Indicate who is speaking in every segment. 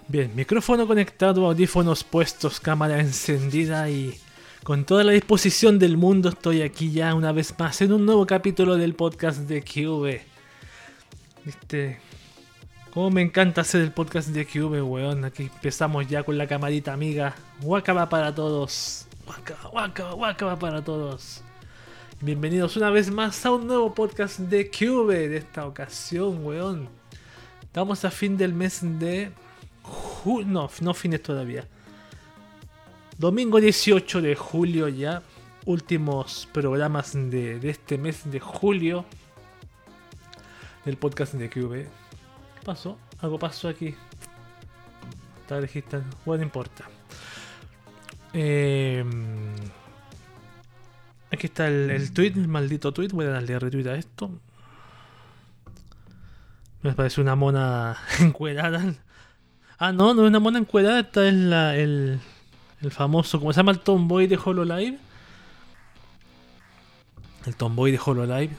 Speaker 1: Bien, micrófono conectado, audífonos puestos, cámara encendida y con toda la disposición del mundo estoy aquí ya una vez más en un nuevo capítulo del podcast de QV. Cómo me encanta hacer el podcast de QV, weón. Aquí empezamos ya con la camarita amiga. Waka va para todos. Waka va para todos. Bienvenidos una vez más a un nuevo podcast de QV de esta ocasión, weón. Estamos a fin del mes de... no fines todavía. Domingo 18 de julio ya. Últimos programas de este mes de julio del podcast de QV. ¿Qué pasó? Algo pasó aquí. Está registrando. Bueno, no importa. Aquí está el tweet, el maldito tweet. Voy a darle retweet a esto. Me parece una mona encuerada. Ah, no es una mona encuerada. Esta es el famoso, ¿cómo se llama? El Tomboy de Hololive. El Tomboy de Hololive.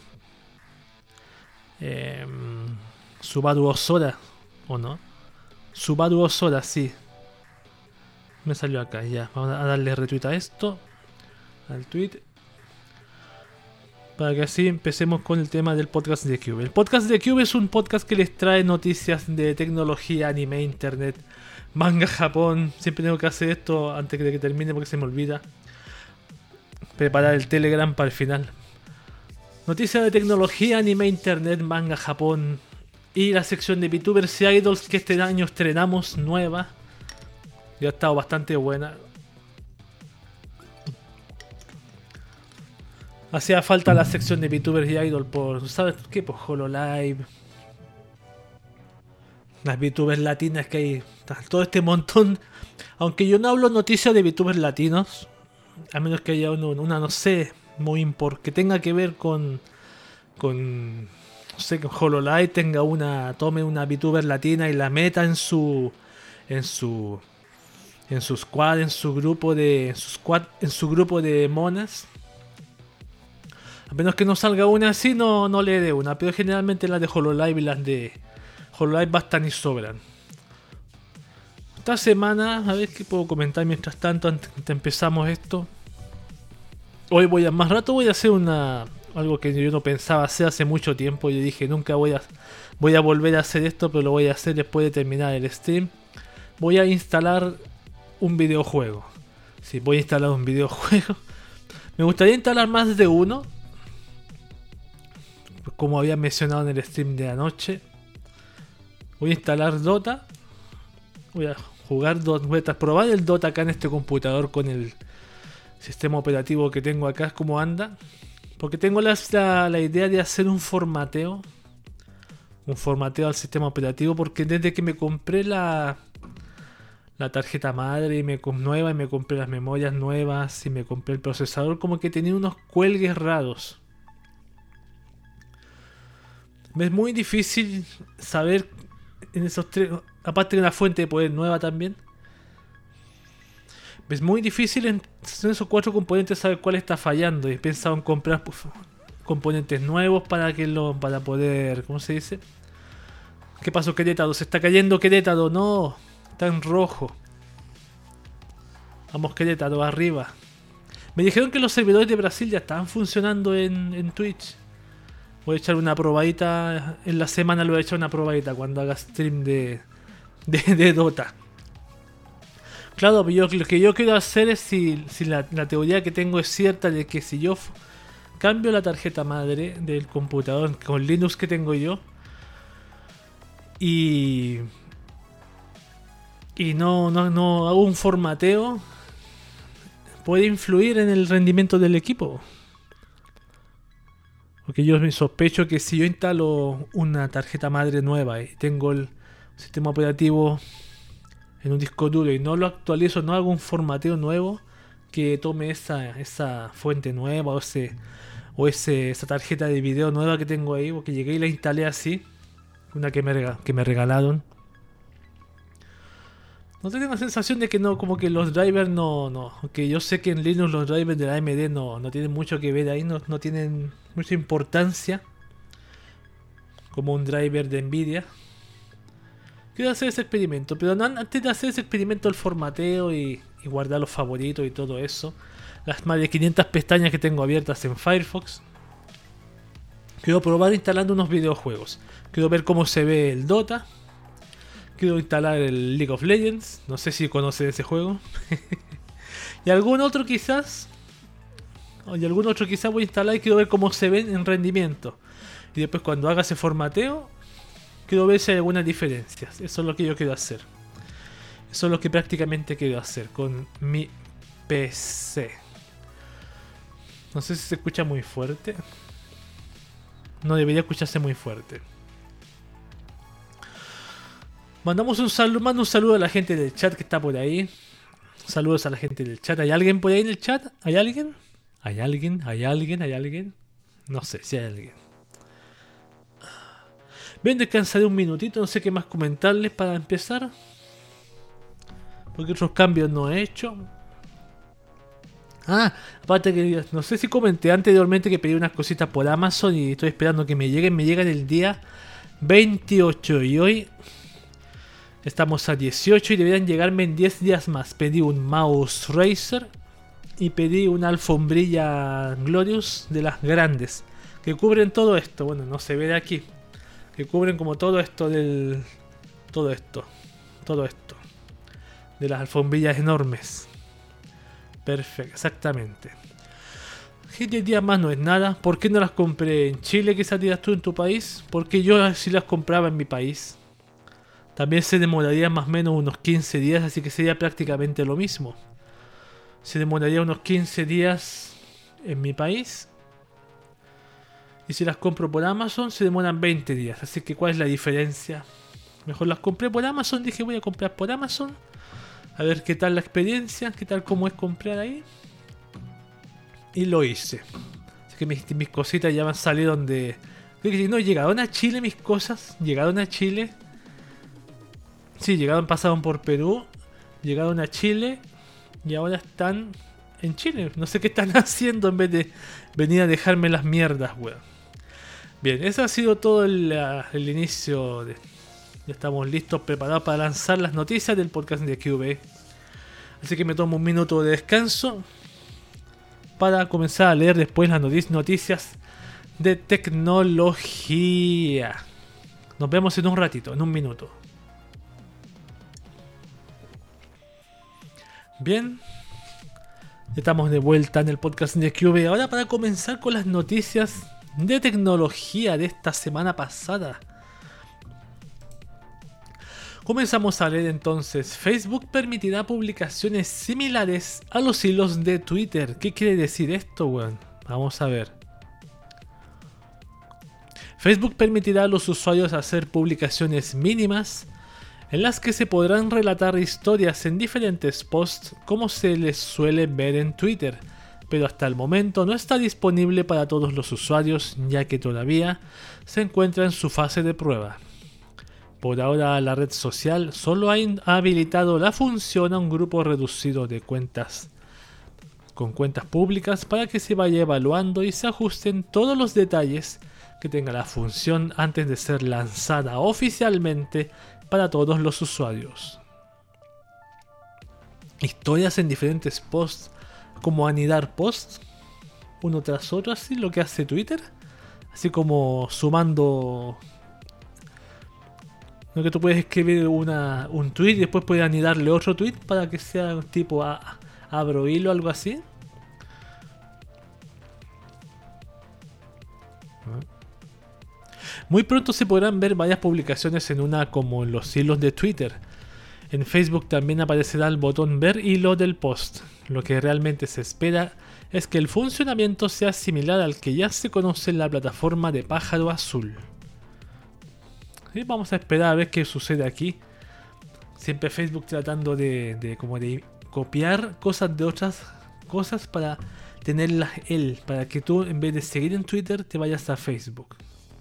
Speaker 1: Subaru Osora, ¿o no? Subaru Osora, sí. Me salió acá, ya. Vamos a darle retweet a esto. Al tweet. Para que así empecemos con el tema del podcast de Cube. El podcast de Cube es un podcast que les trae noticias de tecnología, anime, internet, manga, Japón. Siempre tengo que hacer esto antes de que termine porque se me olvida. Preparar el Telegram para el final. Noticias de tecnología, anime, internet, manga, Japón. Y la sección de VTubers y Idols que este año estrenamos nueva. Ya ha estado bastante buena. Hacía falta la sección de VTubers y Idol por, ¿sabes qué? Por Hololive. Las VTubers latinas que hay. Todo este montón. Aunque yo no hablo noticias de VTubers latinos. A menos que haya una no sé, muy importante. Que tenga que ver con no sé, que Hololive tome una VTuber latina y la meta en su squad, en su grupo de monas. A menos que no salga una así, no le dé una. Pero generalmente las de Hololive y las de Hololive bastan y sobran. Esta semana, a ver qué puedo comentar mientras tanto, antes que empezamos esto. Hoy más rato voy a hacer algo que yo no pensaba hacer hace mucho tiempo. Yo dije, nunca voy a volver a hacer esto, pero lo voy a hacer después de terminar el stream. Voy a instalar un videojuego. Sí, voy a instalar un videojuego. Me gustaría instalar más de uno. Como había mencionado en el stream de anoche. Voy a instalar Dota. Voy a jugar Dota. Voy a probar el Dota acá en este computador con el sistema operativo que tengo acá. Cómo anda. Porque tengo la idea de hacer un formateo. Un formateo al sistema operativo. Porque desde que me compré la tarjeta madre nueva y me compré las memorias nuevas y me compré el procesador, como que tenía unos cuelgues raros. Es muy difícil saber en esos tres, aparte de una fuente de poder nueva también. Es muy difícil en esos cuatro componentes saber cuál está fallando. Y he pensado en comprar componentes nuevos para poder, ¿cómo se dice? ¿Qué pasó, Querétaro? Se está cayendo Querétaro, no, está en rojo. Vamos, Querétaro, arriba. Me dijeron que los servidores de Brasil ya estaban funcionando en Twitch. Voy a echar una probadita. En la semana le voy a echar una probadita cuando haga stream de Dota. Claro, lo que yo quiero hacer es si la teoría que tengo es cierta, de que si yo cambio la tarjeta madre del computador con Linux que tengo yo y no hago un formateo, puede influir en el rendimiento del equipo. Porque yo me sospecho que si yo instalo una tarjeta madre nueva y tengo el sistema operativo en un disco duro y no lo actualizo, no hago un formateo nuevo que tome esa fuente nueva o esa tarjeta de video nueva que tengo ahí, porque llegué y la instalé así, una que me regalaron. No tengo la sensación de que no, como que los drivers no. Que yo sé que en Linux los drivers de la AMD no tienen mucho que ver ahí, no tienen mucha importancia como un driver de Nvidia. Quiero hacer ese experimento, pero antes de hacer ese experimento el formateo y guardar los favoritos y todo eso, las más de 500 pestañas que tengo abiertas en Firefox, quiero probar instalando unos videojuegos. Quiero ver cómo se ve el Dota. Quiero instalar el League of Legends. No sé si conocen ese juego. Y algún otro quizás voy a instalar y quiero ver cómo se ven en rendimiento. Y después cuando haga ese formateo, quiero ver si hay algunas diferencias. Eso es lo que yo quiero hacer. Eso es lo que prácticamente quiero hacer con mi PC. No sé si se escucha muy fuerte. No debería escucharse muy fuerte. Mando un saludo a la gente del chat que está por ahí. Saludos a la gente del chat. ¿Hay alguien por ahí en el chat? ¿Hay alguien? ¿Hay alguien? ¿Hay alguien? ¿Hay alguien? No sé si hay alguien. Bien, descansaré un minutito. No sé qué más comentarles para empezar. Porque otros cambios no he hecho. Aparte que no sé si comenté anteriormente que pedí unas cositas por Amazon y estoy esperando que me lleguen. Me llegan el día 28 y hoy estamos a 18 y deberían llegarme en 10 días más. Pedí un mouse Razer y pedí una alfombrilla Glorious de las grandes que cubren todo esto. Bueno, no se ve de aquí. Que cubren como todo esto del... Todo esto de las alfombrillas enormes. Perfecto, exactamente. 10 días más no es nada. ¿Por qué no las compré en Chile? Quizás dirás tú en tu país. Porque yo sí las compraba en mi país. También se demoraría más o menos unos 15 días, así que sería prácticamente lo mismo. Se demoraría unos 15 días en mi país. Y si las compro por Amazon, se demoran 20 días. Así que ¿cuál es la diferencia? Mejor las compré por Amazon. Dije voy a comprar por Amazon. A ver qué tal la experiencia, qué tal cómo es comprar ahí. Y lo hice. Así que mis cositas ya van salieron de... No, llegaron a Chile mis cosas. Llegaron a Chile. Sí, pasaron por Perú. Llegaron a Chile. Y ahora están en Chile. No sé qué están haciendo en vez de venir a dejarme las mierdas, weón. Bien, eso ha sido todo el inicio de... Ya estamos listos, preparados para lanzar las noticias del podcast de QB. Así que me tomo un minuto de descanso para comenzar a leer después las noticias de tecnología. Nos vemos en un ratito, en un minuto. Bien, estamos de vuelta en el podcast de QB. Ahora para comenzar con las noticias de tecnología de esta semana pasada. Comenzamos a leer entonces. Facebook permitirá publicaciones similares a los hilos de Twitter. ¿Qué quiere decir esto, weón? Vamos a ver. Facebook permitirá a los usuarios hacer publicaciones mínimas en las que se podrán relatar historias en diferentes posts como se les suele ver en Twitter, pero hasta el momento no está disponible para todos los usuarios ya que todavía se encuentra en su fase de prueba. Por ahora la red social solo ha habilitado la función a un grupo reducido de cuentas con cuentas públicas para que se vaya evaluando y se ajusten todos los detalles que tenga la función antes de ser lanzada oficialmente para todos los usuarios. Historias en diferentes posts, como anidar posts uno tras otro, así lo que hace Twitter, así como sumando. No, que tú puedes escribir un tweet y después puedes anidarle otro tweet para que sea tipo abro hilo o algo así. Muy pronto se podrán ver varias publicaciones en una como en los hilos de Twitter. En Facebook también aparecerá el botón ver hilo del post. Lo que realmente se espera es que el funcionamiento sea similar al que ya se conoce en la plataforma de Pájaro Azul. Y vamos a esperar a ver qué sucede aquí. Siempre Facebook tratando de copiar cosas de otras cosas para tenerlas él. Para que tú en vez de seguir en Twitter te vayas a Facebook.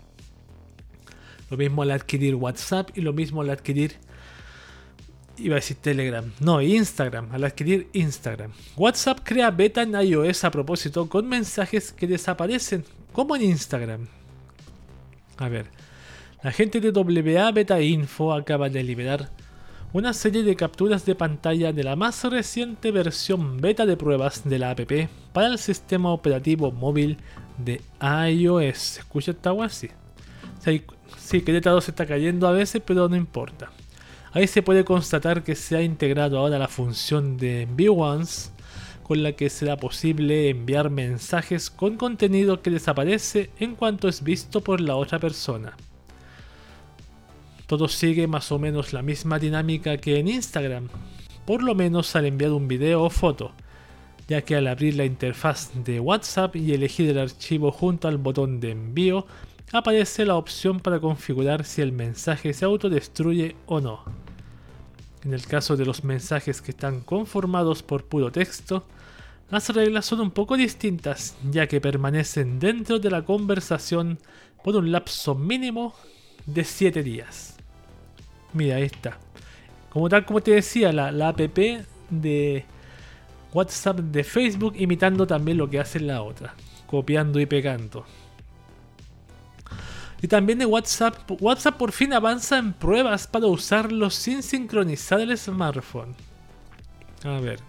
Speaker 1: Lo mismo al adquirir WhatsApp y lo mismo al adquirir... Iba a decir Telegram. No, Instagram. Al adquirir Instagram. WhatsApp crea beta en iOS a propósito con mensajes que desaparecen. Como en Instagram. A ver... La gente de WA Beta Info acaba de liberar una serie de capturas de pantalla de la más reciente versión beta de pruebas de la app para el sistema operativo móvil de iOS. ¿Escucha esta agua? Sí. Sí, Querétaro se está cayendo a veces, pero no importa. Ahí se puede constatar que se ha integrado ahora la función de View Once, con la que será posible enviar mensajes con contenido que desaparece en cuanto es visto por la otra persona. Todo sigue más o menos la misma dinámica que en Instagram, por lo menos al enviar un video o foto, ya que al abrir la interfaz de WhatsApp y elegir el archivo junto al botón de envío, aparece la opción para configurar si el mensaje se autodestruye o no. En el caso de los mensajes que están conformados por puro texto, las reglas son un poco distintas, ya que permanecen dentro de la conversación por un lapso mínimo de 7 días. Mira, ahí está. Como te decía, la app de WhatsApp de Facebook imitando también lo que hace la otra, copiando y pegando. Y también de WhatsApp por fin avanza en pruebas para usarlo sin sincronizar el smartphone. A ver.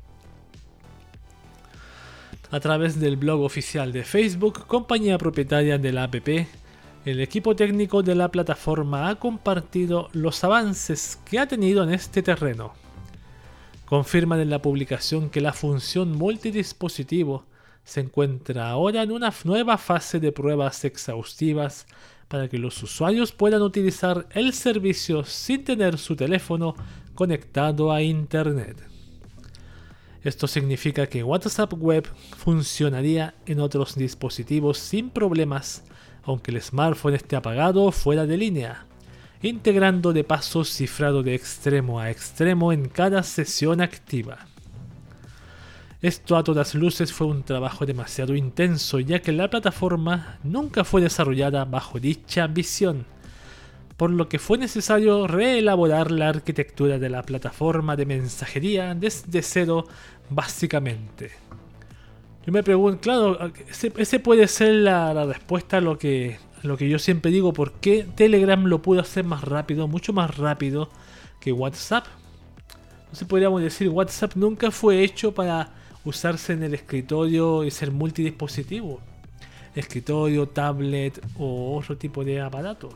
Speaker 1: A través del blog oficial de Facebook, compañía propietaria de la app, el equipo técnico de la plataforma ha compartido los avances que ha tenido en este terreno. Confirman en la publicación que la función multidispositivo se encuentra ahora en una nueva fase de pruebas exhaustivas para que los usuarios puedan utilizar el servicio sin tener su teléfono conectado a Internet. Esto significa que WhatsApp Web funcionaría en otros dispositivos sin problemas, aunque el smartphone esté apagado o fuera de línea, integrando de paso cifrado de extremo a extremo en cada sesión activa. Esto a todas luces fue un trabajo demasiado intenso, ya que la plataforma nunca fue desarrollada bajo dicha visión, por lo que fue necesario reelaborar la arquitectura de la plataforma de mensajería desde cero básicamente. Yo me pregunto, claro, ese puede ser la respuesta a lo que yo siempre digo, ¿por qué Telegram lo pudo hacer más rápido, mucho más rápido que WhatsApp? Entonces podríamos decir, WhatsApp nunca fue hecho para usarse en el escritorio y ser multidispositivo. Escritorio, tablet o otro tipo de aparato.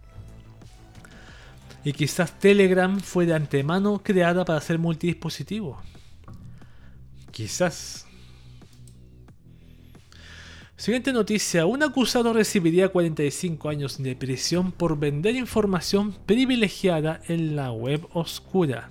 Speaker 1: Y quizás Telegram fue de antemano creada para ser multidispositivo. Quizás. Siguiente noticia. Un acusado recibiría 45 años de prisión por vender información privilegiada en la web oscura.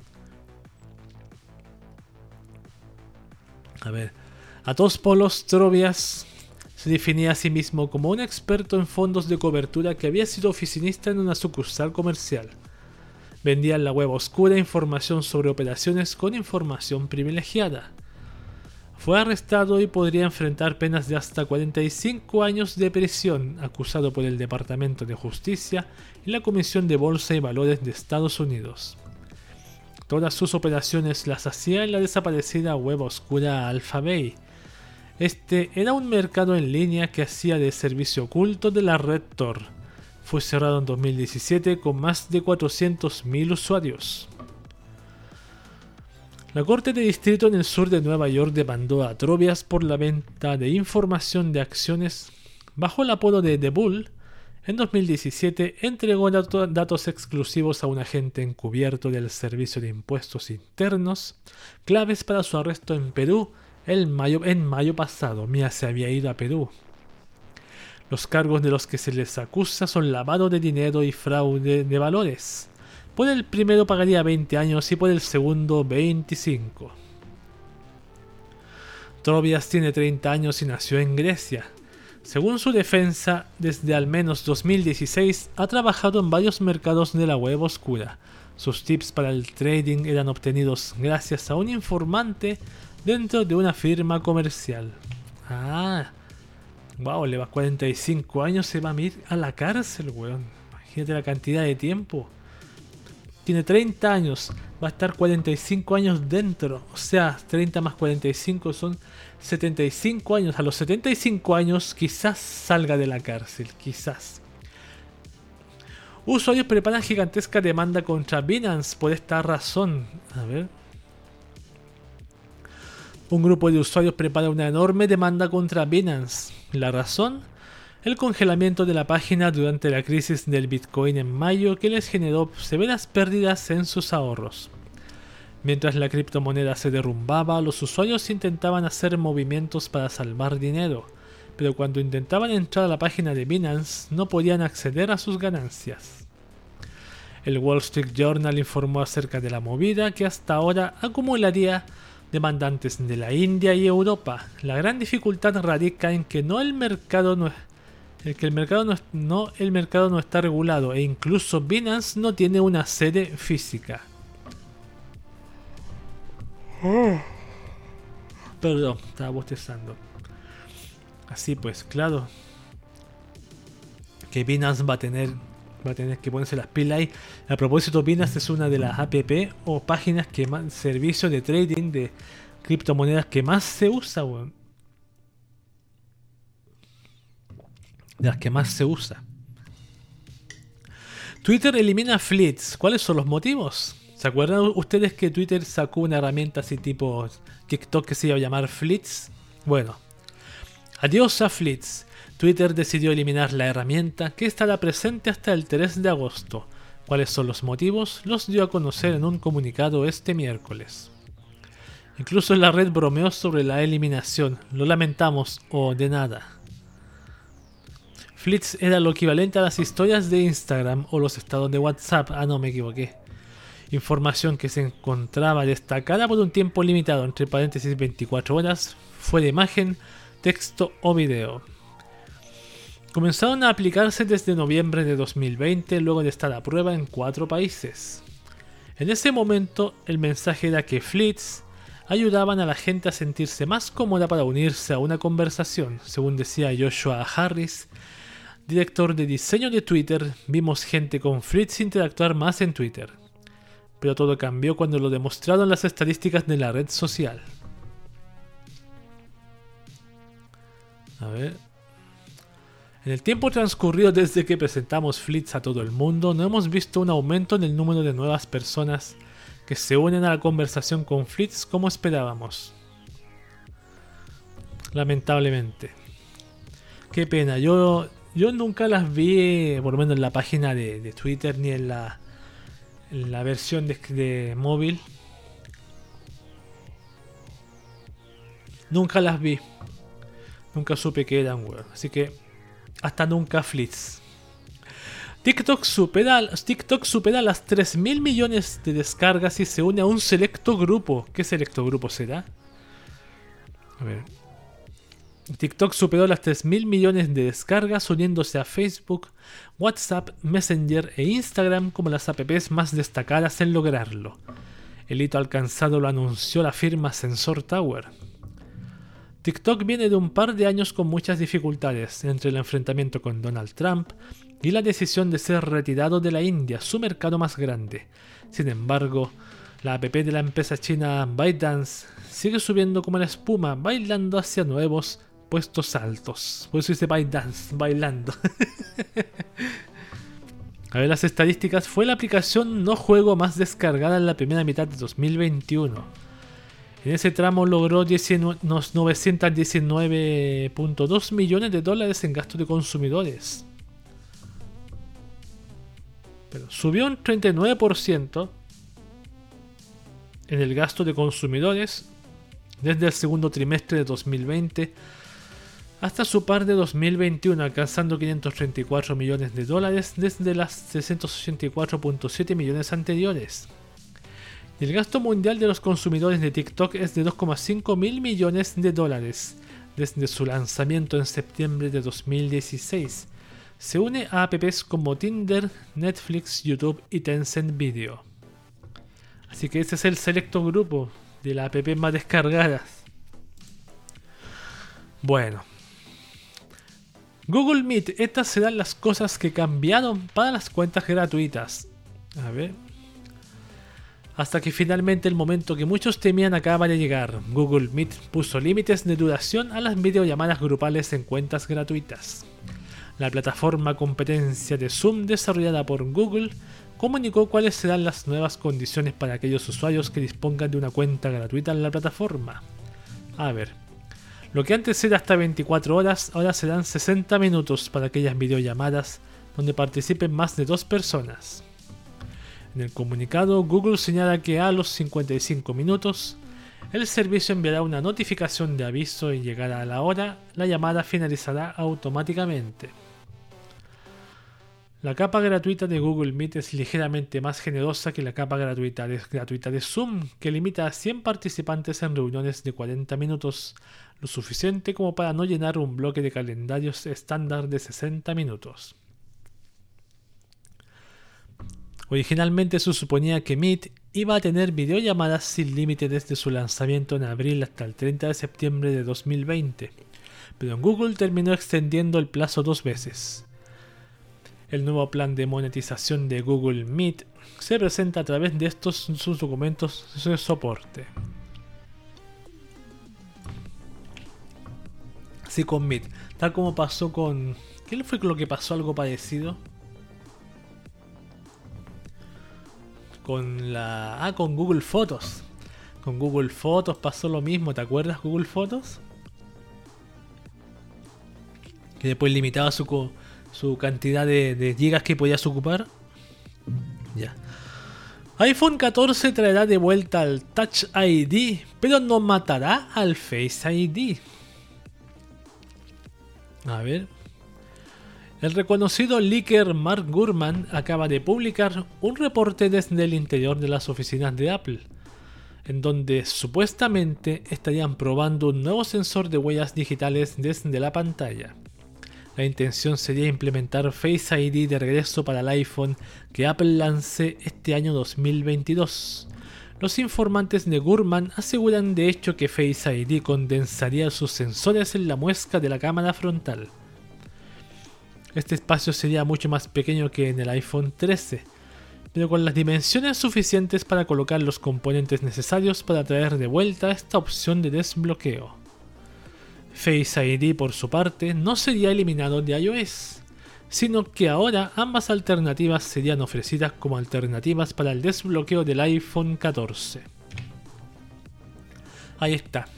Speaker 1: A ver. Atóspolos Trovias se definía a sí mismo como un experto en fondos de cobertura que había sido oficinista en una sucursal comercial. Vendía en la web oscura información sobre operaciones con información privilegiada. Fue arrestado y podría enfrentar penas de hasta 45 años de prisión, acusado por el Departamento de Justicia y la Comisión de Bolsa y Valores de Estados Unidos. Todas sus operaciones las hacía en la desaparecida web oscura Alphabay. Este era un mercado en línea que hacía de servicio oculto de la red Tor. Fue cerrado en 2017 con más de 400.000 usuarios. La Corte de Distrito en el sur de Nueva York demandó a Trovias por la venta de información de acciones bajo el apodo de The Bull. En 2017 entregó datos exclusivos a un agente encubierto del Servicio de Impuestos Internos, claves para su arresto en Perú en mayo pasado. Mía se había ido a Perú. Los cargos de los que se les acusa son lavado de dinero y fraude de valores. Por el primero pagaría 20 años y por el segundo 25. Trovias tiene 30 años y nació en Grecia. Según su defensa, desde al menos 2016 ha trabajado en varios mercados de la web oscura. Sus tips para el trading eran obtenidos gracias a un informante dentro de una firma comercial. Wow, le va 45 años, se va a ir a la cárcel, weón. Imagínate la cantidad de tiempo. Tiene 30 años, va a estar 45 años dentro. O sea, 30 más 45 son 75 años. A los 75 años quizás salga de la cárcel, quizás. Usuarios preparan gigantesca demanda contra Binance por esta razón. A ver. Un grupo de usuarios prepara una enorme demanda contra Binance. ¿La razón? El congelamiento de la página durante la crisis del Bitcoin en mayo, que les generó severas pérdidas en sus ahorros. Mientras la criptomoneda se derrumbaba, los usuarios intentaban hacer movimientos para salvar dinero, pero cuando intentaban entrar a la página de Binance no podían acceder a sus ganancias. El Wall Street Journal informó acerca de la movida, que hasta ahora acumularía demandantes de la India y Europa. La gran dificultad radica en que el mercado no está regulado, e incluso Binance no tiene una sede física. Perdón, estaba bostezando. Así pues, claro que Binance va a tener que ponerse las pilas ahí. A propósito, Binance es una de las app o páginas que más, servicio de trading de criptomonedas que más se usa, weón. De las que más se usa. Twitter elimina Fleets. ¿Cuáles son los motivos? ¿Se acuerdan ustedes que Twitter sacó una herramienta así tipo TikTok que se iba a llamar Fleets? Bueno, adiós a Fleets. Twitter decidió eliminar la herramienta, que estará presente hasta el 3 de agosto. ¿Cuáles son los motivos? Los dio a conocer en un comunicado este miércoles. Incluso la red bromeó sobre la eliminación. Lo lamentamos o de nada. Fleets era lo equivalente a las historias de Instagram o los estados de WhatsApp. Ah, no, me equivoqué. Información que se encontraba destacada por un tiempo limitado, entre paréntesis 24 horas, fuera imagen, texto o video. Comenzaron a aplicarse desde noviembre de 2020, luego de estar a prueba en 4 países. En ese momento, el mensaje era que Fleets ayudaban a la gente a sentirse más cómoda para unirse a una conversación. Según decía Joshua Harris, director de diseño de Twitter, vimos gente con Fleets interactuar más en Twitter. Pero todo cambió cuando lo demostraron las estadísticas de la red social. A ver. En el tiempo transcurrido desde que presentamos Fleets a todo el mundo, no hemos visto un aumento en el número de nuevas personas que se unen a la conversación con Fleets como esperábamos. Lamentablemente. Qué pena, yo nunca las vi, por lo menos en la página de Twitter ni en la versión de móvil. Nunca las vi. Nunca supe que eran, weón. Así que hasta nunca Fleets. TikTok supera las 3.000 millones de descargas y se une a un selecto grupo. ¿Qué selecto grupo será? A ver. TikTok superó las 3.000 millones de descargas, uniéndose a Facebook, WhatsApp, Messenger e Instagram como las apps más destacadas en lograrlo. El hito alcanzado lo anunció la firma Sensor Tower. TikTok viene de un par de años con muchas dificultades, entre el enfrentamiento con Donald Trump y la decisión de ser retirado de la India, su mercado más grande. Sin embargo, la app de la empresa china ByteDance sigue subiendo como la espuma, bailando hacia nuevos puestos altos. Por eso dice ByteDance, bailando. A ver las estadísticas. Fue la aplicación no juego más descargada en la primera mitad de 2021. En ese tramo logró unos 919.2 millones de dólares en gastos de consumidores. Pero subió un 39% en el gasto de consumidores desde el segundo trimestre de 2020 hasta su par de 2021, alcanzando 534 millones de dólares desde las 684.7 millones anteriores. Y el gasto mundial de los consumidores de TikTok es de 2,5 mil millones de dólares desde su lanzamiento en septiembre de 2016. Se une a apps como Tinder, Netflix, YouTube y Tencent Video. Así que ese es el selecto grupo de las apps más descargadas. Bueno. Google Meet. Estas serán las cosas que cambiaron para las cuentas gratuitas. A ver. Hasta que finalmente el momento que muchos temían acaba de llegar. Google Meet puso límites de duración a las videollamadas grupales en cuentas gratuitas. La plataforma competencia de Zoom desarrollada por Google comunicó cuáles serán las nuevas condiciones para aquellos usuarios que dispongan de una cuenta gratuita en la plataforma. A ver, lo que antes era hasta 24 horas, ahora serán 60 minutos para aquellas videollamadas donde participen más de 2 personas. En el comunicado, Google señala que a los 55 minutos, el servicio enviará una notificación de aviso y llegará a la hora, la llamada finalizará automáticamente. La capa gratuita de Google Meet es ligeramente más generosa que la capa gratuita de Zoom, que limita a 100 participantes en reuniones de 40 minutos, lo suficiente como para no llenar un bloque de calendarios estándar de 60 minutos. Originalmente se suponía que Meet iba a tener videollamadas sin límite desde su lanzamiento en abril hasta el 30 de septiembre de 2020, pero en Google terminó extendiendo el plazo 2 veces. El nuevo plan de monetización de Google Meet se presenta a través de estos sus documentos de soporte. Así con Meet, tal como pasó con... ¿Qué fue lo que pasó algo parecido? Con Google Fotos. Con Google Fotos pasó lo mismo, ¿te acuerdas Google Fotos? Que después limitaba su cantidad de gigas que podías ocupar. Ya. iPhone 14 traerá de vuelta al Touch ID, pero no matará al Face ID. A ver. El reconocido leaker Mark Gurman acaba de publicar un reporte desde el interior de las oficinas de Apple, en donde supuestamente estarían probando un nuevo sensor de huellas digitales desde la pantalla. La intención sería implementar Face ID de regreso para el iPhone que Apple lance este año 2022. Los informantes de Gurman aseguran de hecho que Face ID condensaría sus sensores en la muesca de la cámara frontal. Este espacio sería mucho más pequeño que en el iPhone 13, pero con las dimensiones suficientes para colocar los componentes necesarios para traer de vuelta esta opción de desbloqueo. Face ID, por su parte, no sería eliminado de iOS, sino que ahora ambas alternativas serían ofrecidas como alternativas para el desbloqueo del iPhone 14. Ahí está.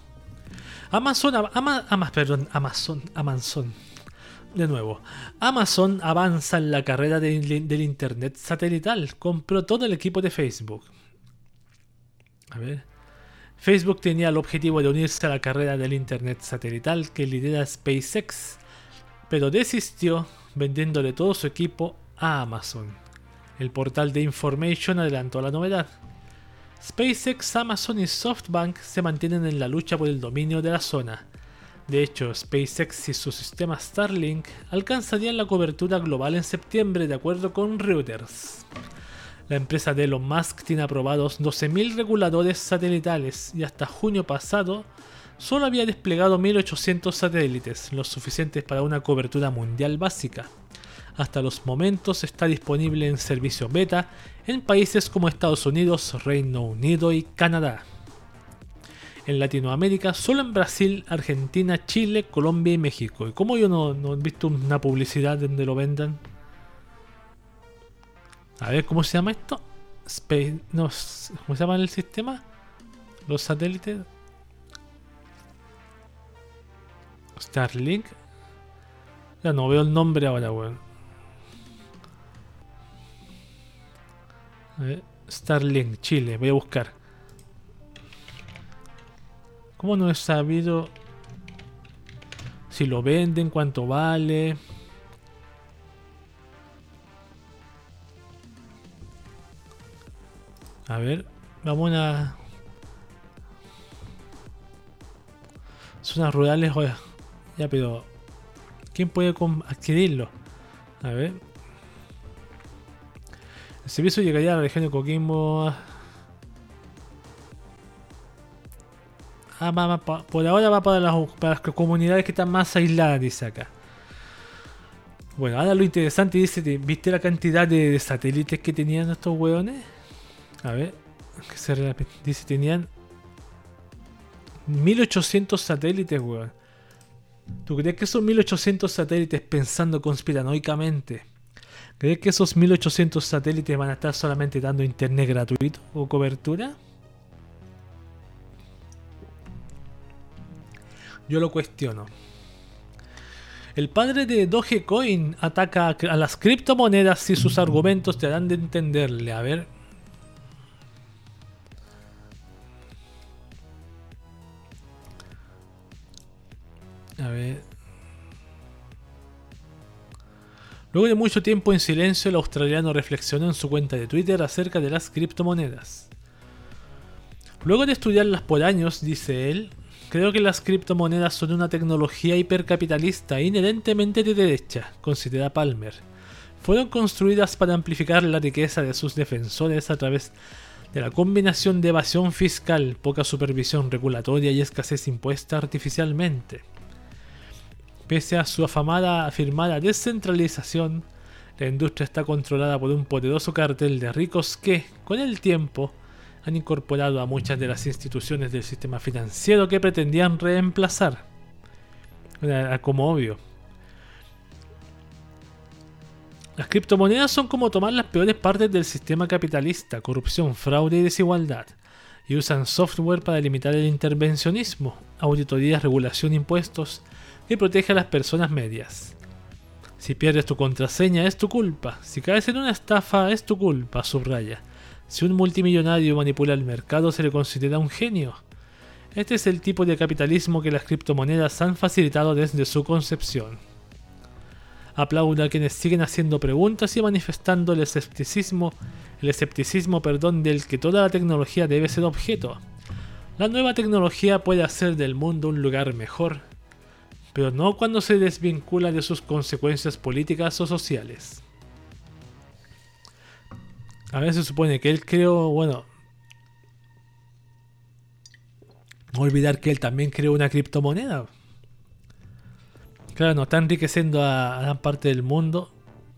Speaker 1: Amazon avanza en la carrera del Internet satelital. Compró todo el equipo de Facebook. A ver. Facebook tenía el objetivo de unirse a la carrera del Internet satelital que lidera SpaceX, pero desistió vendiéndole todo su equipo a Amazon. El portal de Information adelantó la novedad. SpaceX, Amazon y SoftBank se mantienen en la lucha por el dominio de la zona. De hecho, SpaceX y su sistema Starlink alcanzarían la cobertura global en septiembre, de acuerdo con Reuters. La empresa de Elon Musk tiene aprobados 12.000 reguladores satelitales y hasta junio pasado solo había desplegado 1.800 satélites, lo suficientes para una cobertura mundial básica. Hasta los momentos está disponible en servicio beta en países como Estados Unidos, Reino Unido y Canadá. En Latinoamérica, solo en Brasil, Argentina, Chile, Colombia y México. ¿Y cómo yo no he visto una publicidad donde lo vendan? A ver, ¿cómo se llama esto? ¿Cómo se llama el sistema? Los satélites. Starlink. Ya no veo el nombre ahora, weón. A ver, Starlink, Chile. Voy a buscar. ¿Cómo no he sabido si lo venden, cuánto vale? A ver, vamos a... Zonas rurales, oye, ya, pero ¿quién puede adquirirlo? A ver. El servicio llegaría a la región de Coquimbo. Por ahora va para las comunidades que están más aisladas, dice acá. Bueno, ahora lo interesante dice, ¿viste la cantidad de satélites que tenían estos hueones? A ver, dice tenían 1800 satélites, weón. ¿Tú crees que esos 1800 satélites, pensando conspiranoicamente, crees que esos 1800 satélites van a estar solamente dando internet gratuito o cobertura? Yo lo cuestiono. El padre de Dogecoin ataca a las criptomonedas y sus argumentos te harán de entenderle. A ver. A ver. Luego de mucho tiempo en silencio, el australiano reflexionó en su cuenta de Twitter acerca de las criptomonedas. Luego de estudiarlas por años, dice él, creo que las criptomonedas son una tecnología hipercapitalista e inherentemente de derecha, considera Palmer. Fueron construidas para amplificar la riqueza de sus defensores a través de la combinación de evasión fiscal, poca supervisión regulatoria y escasez impuesta artificialmente. Pese a su afirmada descentralización, la industria está controlada por un poderoso cartel de ricos que, con el tiempo, han incorporado a muchas de las instituciones del sistema financiero que pretendían reemplazar. Era como obvio. Las criptomonedas son como tomar las peores partes del sistema capitalista, corrupción, fraude y desigualdad, y usan software para limitar el intervencionismo, auditorías, regulación, impuestos, que protege a las personas medias. Si pierdes tu contraseña es tu culpa, si caes en una estafa es tu culpa, subraya. Si un multimillonario manipula el mercado se le considera un genio. Este es el tipo de capitalismo que las criptomonedas han facilitado desde su concepción. Aplaude a quienes siguen haciendo preguntas y manifestando el escepticismo del que toda la tecnología debe ser objeto. La nueva tecnología puede hacer del mundo un lugar mejor, pero no cuando se desvincula de sus consecuencias políticas o sociales. A ver, se supone que él creó, bueno, no olvidar que él también creó una criptomoneda. Claro, no está enriqueciendo a gran parte del mundo.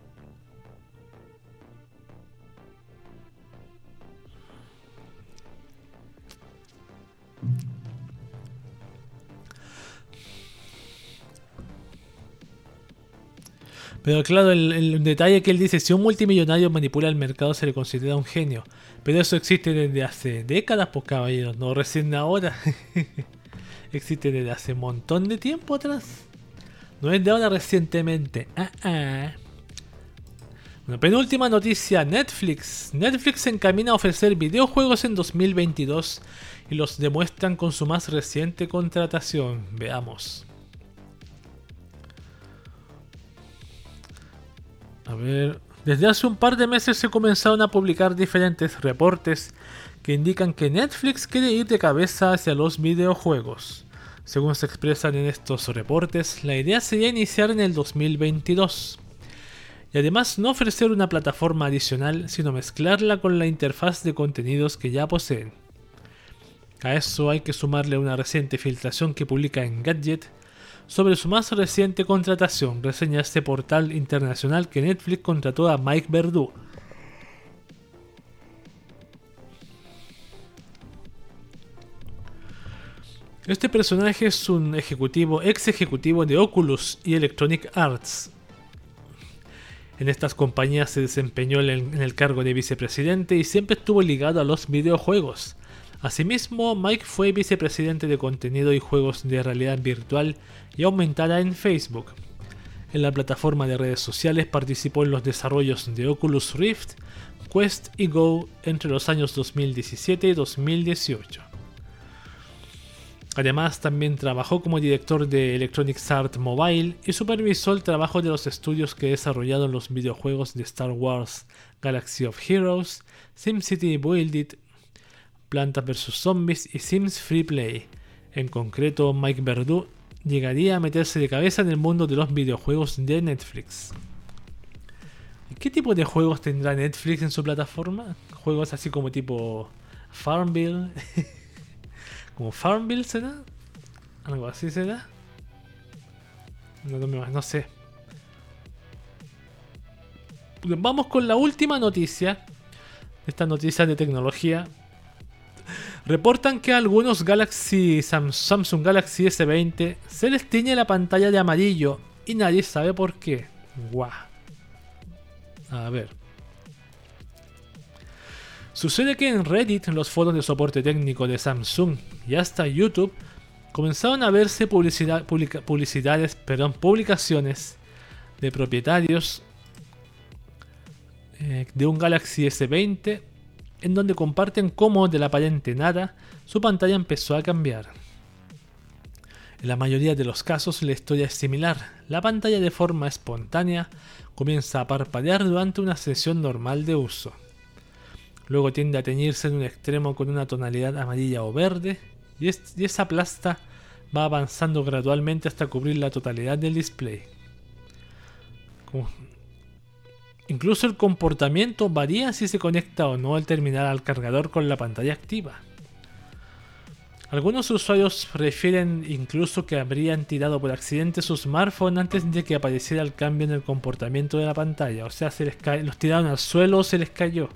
Speaker 1: Pero claro, el detalle que él dice, si un multimillonario manipula el mercado se le considera un genio. Pero eso existe desde hace décadas, pues caballeros, no recién ahora. Existe desde hace un montón de tiempo atrás. No es de ahora recientemente. Bueno, penúltima noticia, Netflix. Netflix se encamina a ofrecer videojuegos en 2022 y los demuestran con su más reciente contratación. Veamos. A ver, desde hace un par de meses se comenzaron a publicar diferentes reportes que indican que Netflix quiere ir de cabeza hacia los videojuegos. Según se expresan en estos reportes, la idea sería iniciar en el 2022. Y además no ofrecer una plataforma adicional, sino mezclarla con la interfaz de contenidos que ya poseen. A eso hay que sumarle una reciente filtración que publica Engadget sobre su más reciente contratación. Reseña este portal internacional que Netflix contrató a Mike Verdu. Este personaje es un ex ejecutivo de Oculus y Electronic Arts. En estas compañías se desempeñó en el cargo de vicepresidente y siempre estuvo ligado a los videojuegos. Asimismo, Mike fue vicepresidente de contenido y juegos de realidad virtual y aumentada en Facebook. En la plataforma de redes sociales participó en los desarrollos de Oculus Rift, Quest y Go entre los años 2017 y 2018. Además, también trabajó como director de Electronic Arts Mobile y supervisó el trabajo de los estudios que desarrollaron los videojuegos de Star Wars Galaxy of Heroes, SimCity Build It, Plantas vs Zombies y Sims Free Play. En concreto, Mike Verdu llegaría a meterse de cabeza en el mundo de los videojuegos de Netflix. ¿Qué tipo de juegos tendrá Netflix en su plataforma? Juegos así como tipo Farmville. ¿Como Farmville será? ¿Algo así será? No sé. Vamos con la última noticia. Esta noticia de tecnología. Reportan que a algunos Samsung Galaxy S20 se les tiñe la pantalla de amarillo y nadie sabe por qué. Guau. A ver. Sucede que en Reddit, los foros de soporte técnico de Samsung y hasta YouTube comenzaron a verse publicaciones de propietarios de un Galaxy S20 en donde comparten cómo de la aparente nada su pantalla empezó a cambiar. En la mayoría de los casos la historia es similar. La pantalla de forma espontánea comienza a parpadear durante una sesión normal de uso. Luego tiende a teñirse en un extremo con una tonalidad amarilla o verde y esa plasta va avanzando gradualmente hasta cubrir la totalidad del display. Incluso el comportamiento varía si se conecta o no el terminal al cargador con la pantalla activa. Algunos usuarios refieren incluso que habrían tirado por accidente su smartphone antes de que apareciera el cambio en el comportamiento de la pantalla. O sea, los tiraron al suelo o se les cayó.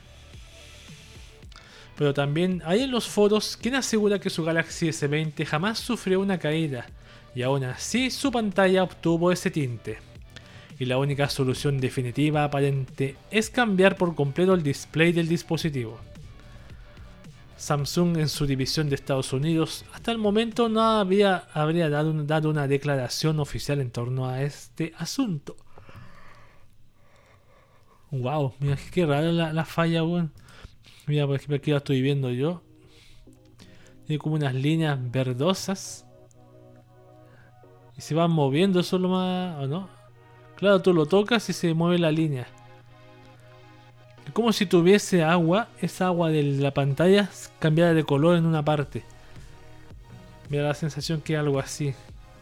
Speaker 1: Pero también hay en los foros quien asegura que su Galaxy S20 jamás sufrió una caída y aún así su pantalla obtuvo ese tinte. Y la única solución definitiva aparente es cambiar por completo el display del dispositivo. Samsung en su división de Estados Unidos hasta el momento no habría dado una declaración oficial en torno a este asunto. Wow, mira qué rara la falla, weón. Mira, por ejemplo, aquí la estoy viendo yo. Tiene como unas líneas verdosas. Y se van moviendo, eso lo más... ¿o no? Claro, tú lo tocas y se mueve la línea. Es como si tuviese agua. Esa agua de la pantalla cambiara de color en una parte. Me da la sensación que es algo así.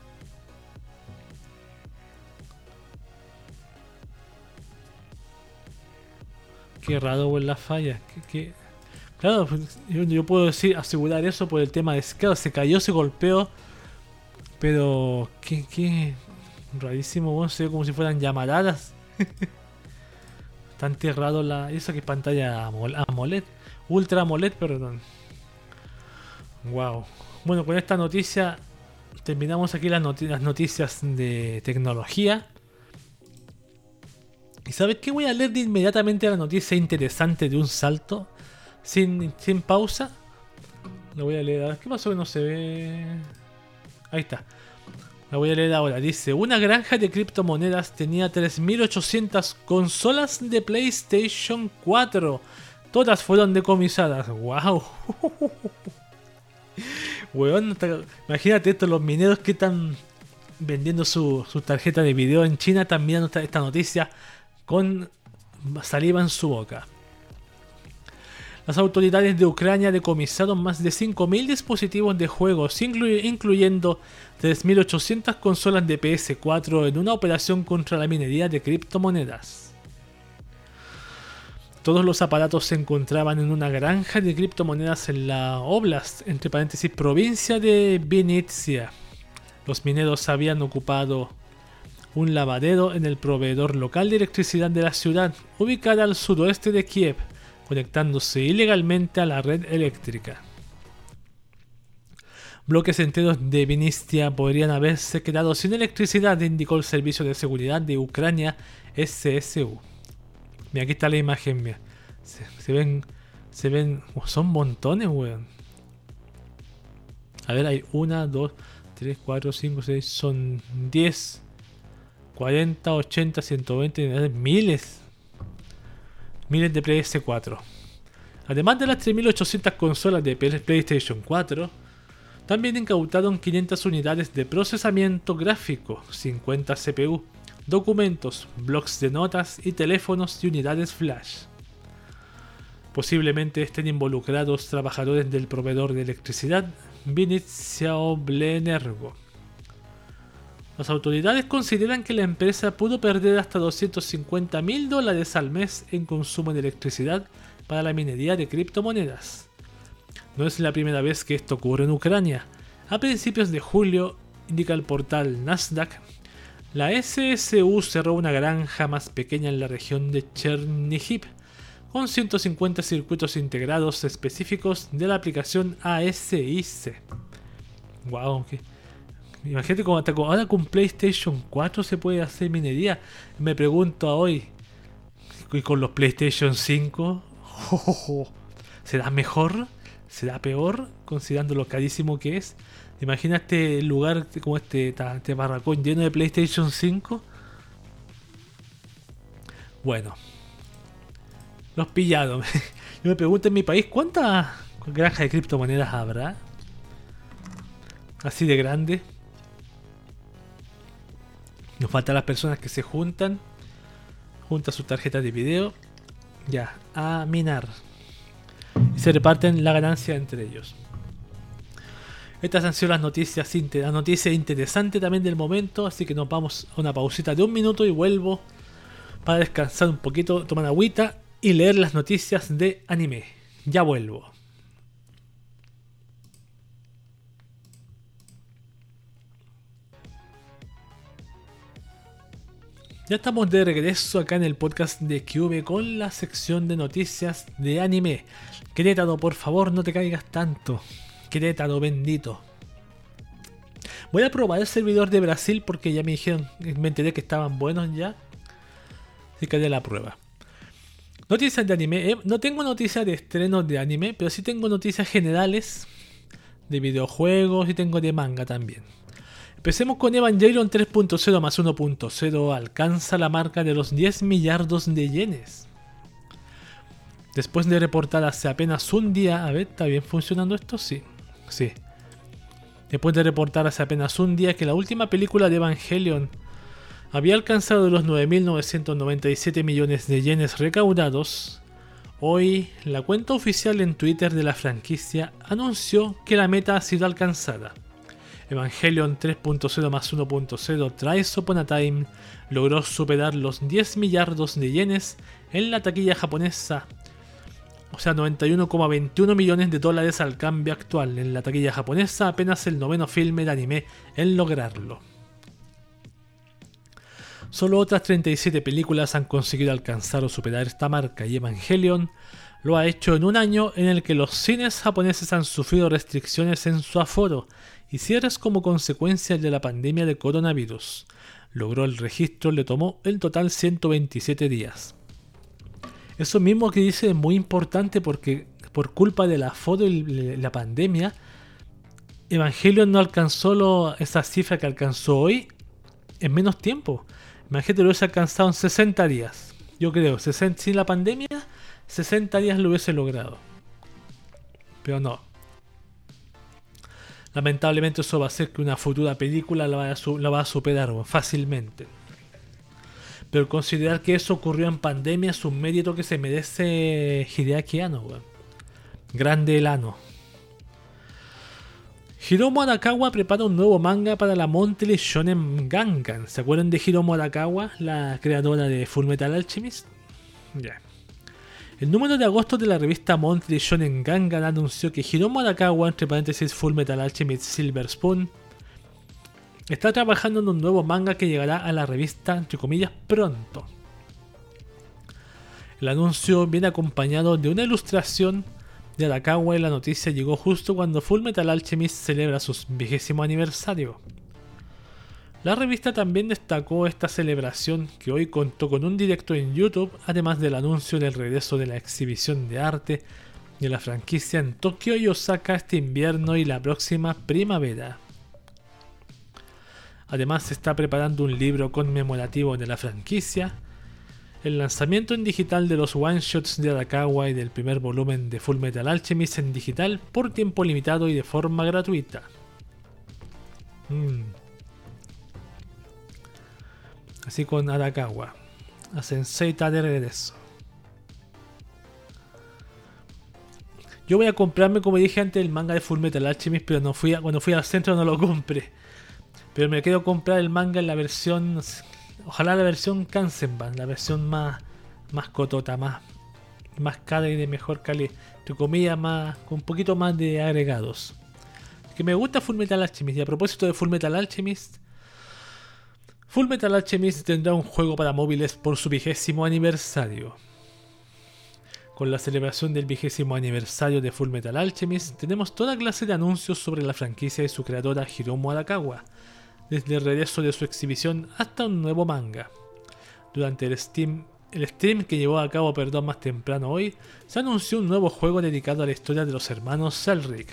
Speaker 1: Qué raro, güey, la falla. Claro, yo puedo asegurar eso por el tema de... Claro, se cayó, se golpeó. Pero... Qué rarísimo, bueno, se ve como si fueran llamaradas. Está enterrado eso que es pantalla AMOLED. Ultra AMOLED, perdón. Wow. Bueno, con esta noticia terminamos aquí las noticias de tecnología. ¿Y sabes qué? Voy a leer de inmediatamente la noticia interesante de un salto. Sin pausa. Lo voy a leer. A ver, ¿qué pasó que no se ve? Ahí está. La voy a leer ahora. Dice: una granja de criptomonedas tenía 3.800 consolas de PlayStation 4. Todas fueron decomisadas. ¡Wow! Weón, imagínate esto, los mineros que están vendiendo su tarjeta de video en China están mirando esta noticia con saliva en su boca. Las autoridades de Ucrania decomisaron más de 5.000 dispositivos de juegos, incluyendo 3.800 consolas de PS4 en una operación contra la minería de criptomonedas. Todos los aparatos se encontraban en una granja de criptomonedas en la Oblast, entre paréntesis, provincia de Vinnytsia. Los mineros habían ocupado un lavadero en el proveedor local de electricidad de la ciudad, ubicada al suroeste de Kiev, conectándose ilegalmente a la red eléctrica. Bloques enteros de Vinnytsia podrían haberse quedado sin electricidad, indicó el Servicio de Seguridad de Ucrania, SSU. Mira, aquí está la imagen, mira. Se ven, son montones, weón. A ver, hay 1, 2, 3, 4, 5, 6, son 10, 40, 80, 120, miles. Miles de PS4. Además de las 3.800 consolas de PlayStation 4, también incautaron 500 unidades de procesamiento gráfico, 50 CPU, documentos, blocs de notas y teléfonos y unidades flash. Posiblemente estén involucrados trabajadores del proveedor de electricidad, Vinnytsia Oblenergo. Las autoridades consideran que la empresa pudo perder hasta $250.000 al mes en consumo de electricidad para la minería de criptomonedas. No es la primera vez que esto ocurre en Ucrania. A principios de julio, indica el portal Nasdaq, la SSU cerró una granja más pequeña en la región de Chernihiv, con 150 circuitos integrados específicos de la aplicación ASIC. Wow, imagínate como hasta ahora con PlayStation 4 se puede hacer minería. Me pregunto a hoy, y con los PlayStation 5, ¿será mejor? ¿Será peor? Considerando lo carísimo que es. Imagínate el lugar como este barracón lleno de PlayStation 5. Bueno, los pillaron. Yo me pregunto en mi país, ¿cuántas granjas de criptomonedas habrá? Así de grande. Nos faltan las personas que se juntan sus tarjetas de video, ya, a minar. Y se reparten la ganancia entre ellos. Estas han sido las noticias interesantes también del momento, así que nos vamos a una pausita de 1 minuto y vuelvo para descansar un poquito, tomar agüita y leer las noticias de anime. Ya vuelvo. Ya estamos de regreso acá en el podcast de Cube con la sección de noticias de anime. Querétaro, por favor, no te caigas tanto. Querétaro, bendito. Voy a probar el servidor de Brasil porque ya me dijeron, me enteré que estaban buenos ya. Así que haré la prueba. Noticias de anime. No tengo noticias de estrenos de anime, pero sí tengo noticias generales de videojuegos y tengo de manga también. Empecemos con Evangelion 3.0 más 1.0. Alcanza la marca de los 10 millardos de yenes. Después de reportar hace apenas un día... A ver, ¿está bien funcionando esto? Sí. Sí. Después de reportar hace apenas un día que la última película de Evangelion había alcanzado los 9.997 millones de yenes recaudados, hoy la cuenta oficial en Twitter de la franquicia anunció que la meta ha sido alcanzada. Evangelion 3.0 más 1.0 Trials Upon a Time logró superar los 10 millardos de yenes en la taquilla japonesa, o sea 91,21 millones de dólares al cambio actual. En la taquilla japonesa, apenas el noveno filme de anime en lograrlo. Solo otras 37 películas han conseguido alcanzar o superar esta marca, y Evangelion lo ha hecho en un año en el que los cines japoneses han sufrido restricciones en su aforo y cierres como consecuencia de la pandemia de coronavirus. Logró el registro, le tomó en total 127 días. Eso mismo que dice es muy importante porque por culpa del aforo y la pandemia, Evangelion no alcanzó esa cifra que alcanzó hoy en menos tiempo. Imagínate, lo hubiese alcanzado en 60 días. Yo creo, sin la pandemia, 60 días lo hubiese logrado. Pero no. Lamentablemente eso va a hacer que una futura película la va a superar fácilmente. Pero considerar que eso ocurrió en pandemia es un mérito que se merece Hideaki Anno. Grande el Anno. Hiromu Arakawa prepara un nuevo manga para la Monthly Shonen Gangan. ¿Se acuerdan de Hiromu Arakawa, la creadora de Fullmetal Alchemist? Ya. El número de agosto de la revista Monthly Shonen Gangan anunció que Hiromu Arakawa, entre paréntesis Fullmetal Alchemist Silver Spoon, está trabajando en un nuevo manga que llegará a la revista, entre comillas, pronto. El anuncio viene acompañado de una ilustración de Arakawa y la noticia llegó justo cuando Fullmetal Alchemist celebra su 20º aniversario. La revista también destacó esta celebración, que hoy contó con un directo en YouTube, además del anuncio del regreso de la exhibición de arte de la franquicia en Tokio y Osaka este invierno y la próxima primavera. Además se está preparando un libro conmemorativo de la franquicia, el lanzamiento en digital de los one-shots de Arakawa y del primer volumen de Fullmetal Alchemist en digital por tiempo limitado y de forma gratuita. Así con Arakawa. A Sensei está de regreso. Yo voy a comprarme, como dije antes, el manga de Fullmetal Alchemist, pero cuando fui al centro no lo compré. Pero me quiero comprar el manga en la versión... Ojalá la versión Kansenban, la versión más cotota, más cara y de mejor calidad. Entre comillas, con un poquito más de agregados. Que me gusta Fullmetal Alchemist. Y a propósito de Fullmetal Alchemist tendrá un juego para móviles por su 20º aniversario. Con la celebración del 20º aniversario de Fullmetal Alchemist, tenemos toda clase de anuncios sobre la franquicia y su creadora Hiromu Arakawa, desde el regreso de su exhibición hasta un nuevo manga. Durante el stream que llevó a cabo más temprano hoy, se anunció un nuevo juego dedicado a la historia de los hermanos Selric.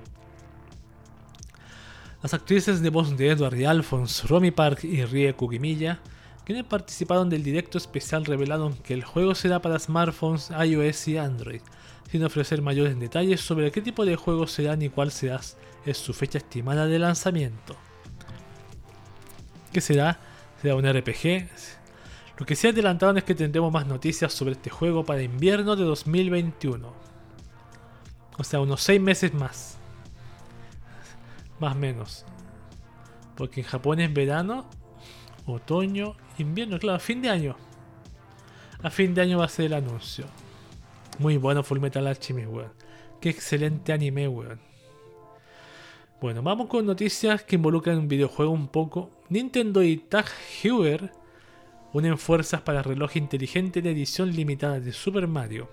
Speaker 1: Las actrices de voz de Edward y Alphonse, Romy Park y Rie Kugimiya, quienes participaron del directo especial, revelaron que el juego será para smartphones, iOS y Android, sin ofrecer mayores detalles sobre qué tipo de juego será ni cuál es su fecha estimada de lanzamiento. ¿Qué será? ¿Será un RPG? Lo que sí adelantaron es que tendremos más noticias sobre este juego para invierno de 2021. O sea, unos 6 meses más. Más o menos. Porque en Japón es verano, otoño, invierno, claro, a fin de año. A fin de año va a ser el anuncio. Muy bueno Fullmetal Alchemist, weón. Qué excelente anime, weón. Bueno, vamos con noticias que involucran un videojuego un poco. Nintendo y TAG Heuer unen fuerzas para reloj inteligente de edición limitada de Super Mario.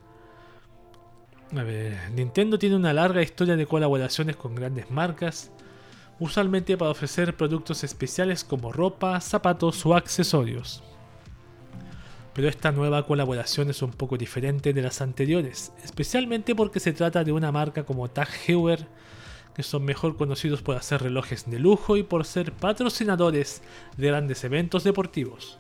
Speaker 1: A ver, Nintendo tiene una larga historia de colaboraciones con grandes marcas, usualmente para ofrecer productos especiales como ropa, zapatos o accesorios. Pero esta nueva colaboración es un poco diferente de las anteriores, especialmente porque se trata de una marca como TAG Heuer, que son mejor conocidos por hacer relojes de lujo y por ser patrocinadores de grandes eventos deportivos.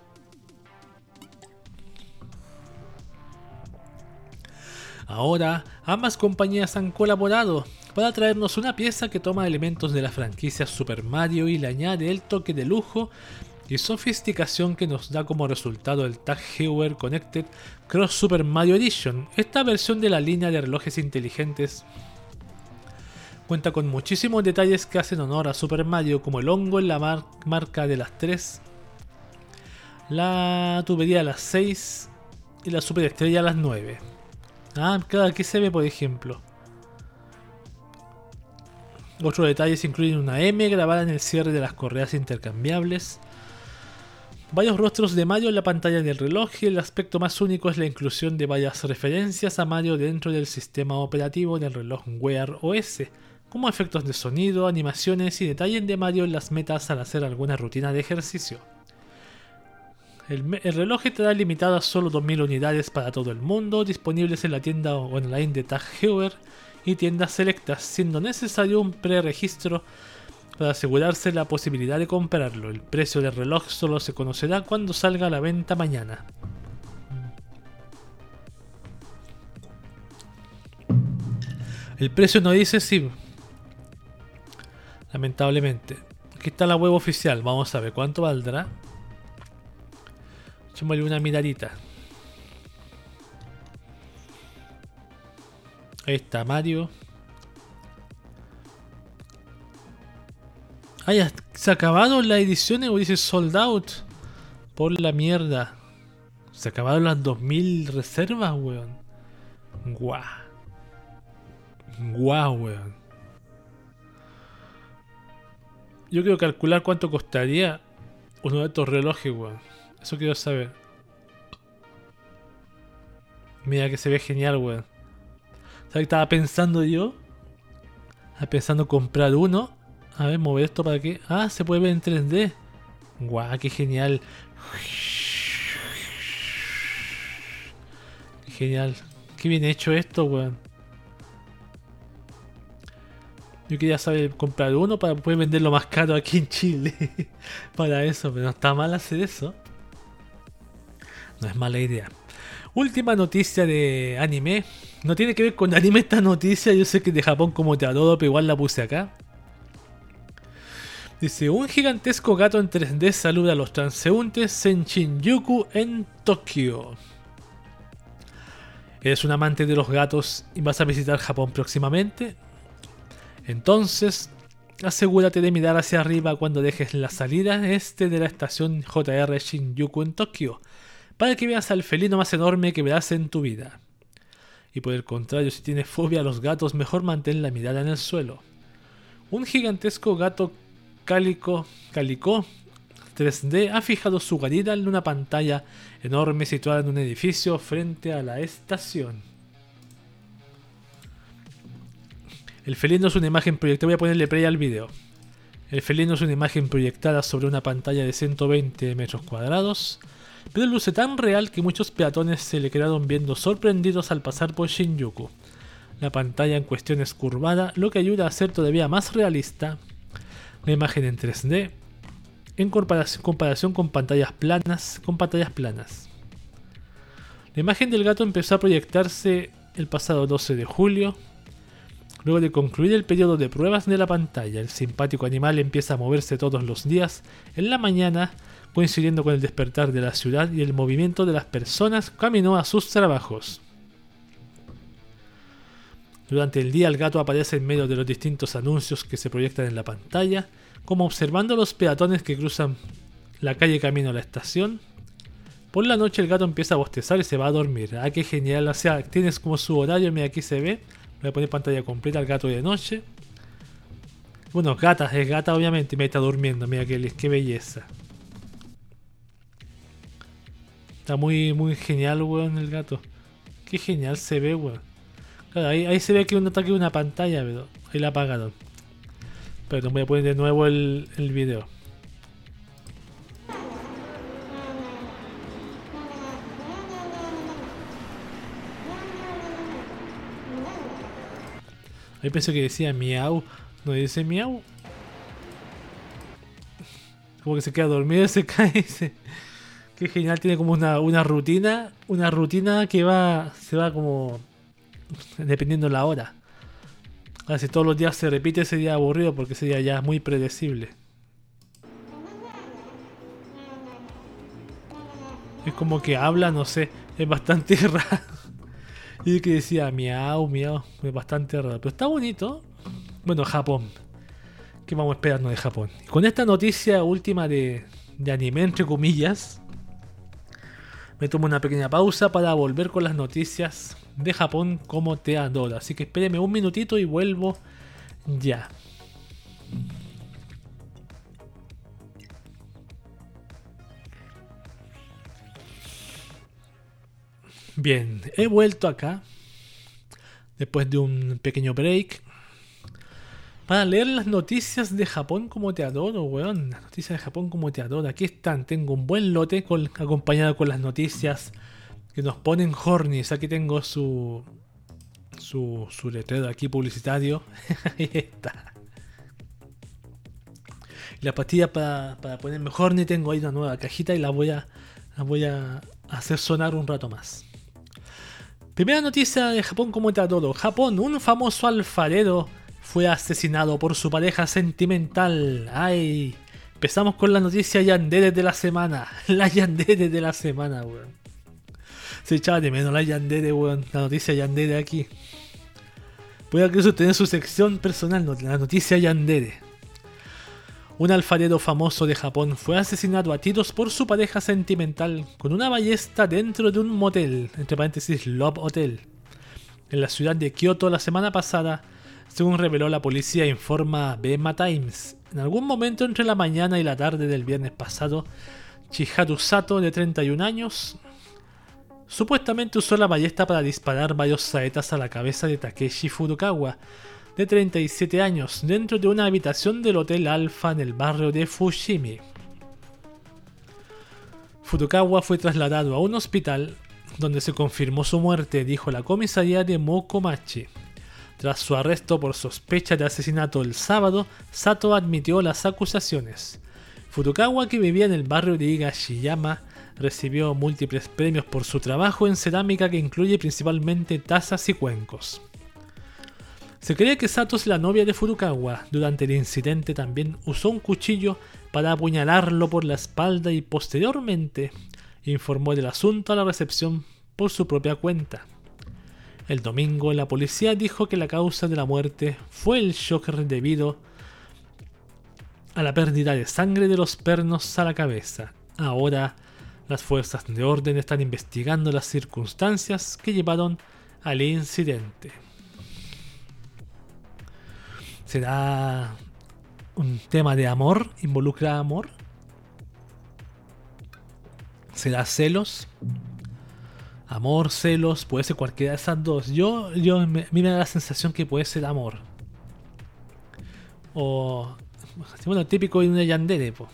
Speaker 1: Ahora, ambas compañías han colaborado para traernos una pieza que toma elementos de la franquicia Super Mario y le añade el toque de lujo y sofisticación que nos da como resultado el TAG Heuer Connected Cross Super Mario Edition. Esta versión de la línea de relojes inteligentes cuenta con muchísimos detalles que hacen honor a Super Mario, como el hongo en la marca de las 3, la tubería a las 6 y la superestrella a las 9. Claro, aquí se ve, por ejemplo. Otros detalles incluyen una M grabada en el cierre de las correas intercambiables, varios rostros de Mario en la pantalla del reloj, y el aspecto más único es la inclusión de varias referencias a Mario dentro del sistema operativo del reloj Wear OS, como efectos de sonido, animaciones y detalles de Mario en las metas al hacer alguna rutina de ejercicio. El reloj estará limitado a solo 2000 unidades para todo el mundo, disponibles en la tienda online de TAG Heuer y tiendas selectas, siendo necesario un preregistro para asegurarse la posibilidad de comprarlo. El precio del reloj solo se conocerá cuando salga a la venta mañana. El precio no dice si... Lamentablemente. Aquí está la web oficial, vamos a ver cuánto valdrá. Echémosle una miradita. Ahí está Mario. Ya se acabaron las ediciones, o dice sold out. Por la mierda. Se acabaron las 2000 reservas, weón. Guau, weón. Yo quiero calcular cuánto costaría uno de estos relojes, weón. Eso quiero saber. Mira que se ve genial, weón. ¿Sabes qué estaba pensando yo? Estaba pensando comprar uno. A ver, mover esto para que... se puede ver en 3D. Guau, qué genial. Qué genial. Qué bien hecho esto, weón. Yo quería saber comprar uno para poder venderlo más caro aquí en Chile. Para eso, pero no está mal hacer eso. No es mala idea. Última noticia de anime. No tiene que ver con anime esta noticia. Yo sé que es de Japón como te adoro, pero igual la puse acá. Dice, un gigantesco gato en 3D saluda a los transeúntes en Shinjuku, en Tokio. ¿Eres un amante de los gatos y vas a visitar Japón próximamente? Entonces, asegúrate de mirar hacia arriba cuando dejes la salida este de la estación JR Shinjuku en Tokio, para que veas al felino más enorme que verás en tu vida. Y por el contrario, si tienes fobia a los gatos, mejor mantén la mirada en el suelo. Un gigantesco gato cálico 3D ha fijado su guarida en una pantalla enorme situada en un edificio frente a la estación. El felino es una imagen proyectada. Voy a ponerle play al video. El felino es una imagen proyectada sobre una pantalla de 120 metros cuadrados, pero luce tan real que muchos peatones se le quedaron viendo sorprendidos al pasar por Shinjuku. La pantalla en cuestión es curvada, lo que ayuda a hacer todavía más realista la imagen en 3D en comparación con pantallas planas. La imagen del gato empezó a proyectarse el pasado 12 de julio. Luego de concluir el periodo de pruebas de la pantalla, el simpático animal empieza a moverse todos los días en la mañana, coincidiendo con el despertar de la ciudad y el movimiento de las personas camino a sus trabajos. Durante el día el gato aparece en medio de los distintos anuncios que se proyectan en la pantalla, como observando a los peatones que cruzan la calle camino a la estación. Por la noche el gato empieza a bostezar y se va a dormir. ¡Ah, qué genial! O sea, tienes como su horario, mira, aquí se ve. Voy a poner pantalla completa al gato de noche. Bueno, es gata obviamente, me está durmiendo, mira qué belleza. Está muy, muy genial, weón, el gato. Qué genial se ve, weón. Claro, ahí se ve que uno está aquí en una pantalla, pero ahí la apagaron. Pero voy a poner de nuevo el video. Ahí pensé que decía miau. No dice miau. Como que se queda dormido y se cae. Qué genial, tiene como una rutina. Una rutina que se va como dependiendo la hora. Ahora, si todos los días se repite, sería aburrido porque sería ya muy predecible. Es como que habla, no sé, es bastante raro. Y que decía miau, miau, es bastante raro. Pero está bonito. Bueno, Japón. ¿Qué vamos a esperarnos de Japón? Y con esta noticia última de anime, entre comillas, me tomo una pequeña pausa para volver con las noticias de Japón como te adoro. Así que espéreme un minutito y vuelvo ya. Bien, he vuelto acá después de un pequeño break para leer las noticias de Japón como te adoro, weón. Las noticias de Japón como te adoro. Aquí están, tengo un buen lote acompañado con las noticias que nos ponen hornies. Aquí tengo su letrero aquí publicitario. Ahí está. Y la pastilla para ponerme horny, tengo ahí una nueva cajita y la voy a hacer sonar un rato más. Primera noticia de Japón como te adoro. Japón, un famoso alfarero fue asesinado por su pareja sentimental. Ay, empezamos con la noticia yandere de la semana. La yandere de la semana, weón. Se echaba de menos la yandere, weón. La noticia yandere aquí. Voy a incluso tener su sección personal, la noticia yandere. Un alfarero famoso de Japón fue asesinado a tiros por su pareja sentimental con una ballesta dentro de un motel, entre paréntesis Love Hotel, en la ciudad de Kioto la semana pasada, según reveló la policía, informa Bema Times. En algún momento entre la mañana y la tarde del viernes pasado, Chiharu Sato, de 31 años, supuestamente usó la ballesta para disparar varios saetas a la cabeza de Takeshi Furukawa, de 37 años, dentro de una habitación del Hotel Alpha en el barrio de Fushimi. Furukawa fue trasladado a un hospital donde se confirmó su muerte, dijo la comisaría de Mokomachi. Tras su arresto por sospecha de asesinato el sábado, Sato admitió las acusaciones. Furukawa, que vivía en el barrio de Higashiyama, recibió múltiples premios por su trabajo en cerámica que incluye principalmente tazas y cuencos. Se cree que Sato es la novia de Furukawa. Durante el incidente también usó un cuchillo para apuñalarlo por la espalda y posteriormente informó del asunto a la recepción por su propia cuenta. El domingo la policía dijo que la causa de la muerte fue el shock debido a la pérdida de sangre de los pernos a la cabeza. Ahora las fuerzas de orden están investigando las circunstancias que llevaron al incidente. ¿Será un tema de amor? ¿Involucra amor? ¿Será celos? Amor, celos, puede ser cualquiera de esas dos. A mí me da la sensación que puede ser amor. O, bueno, típico de una yandere, po.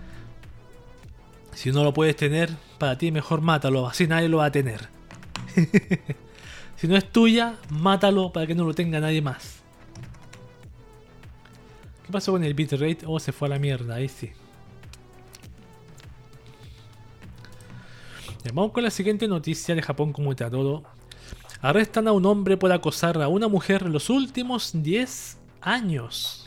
Speaker 1: Si no lo puedes tener, para ti mejor mátalo, así nadie lo va a tener. Si no es tuya, mátalo para que no lo tenga nadie más. ¿Qué pasó con el bitrate? Oh, se fue a la mierda, ahí sí. Vamos con la siguiente noticia de Japón como está todo. Arrestan a un hombre por acosar a una mujer en los últimos 10 años.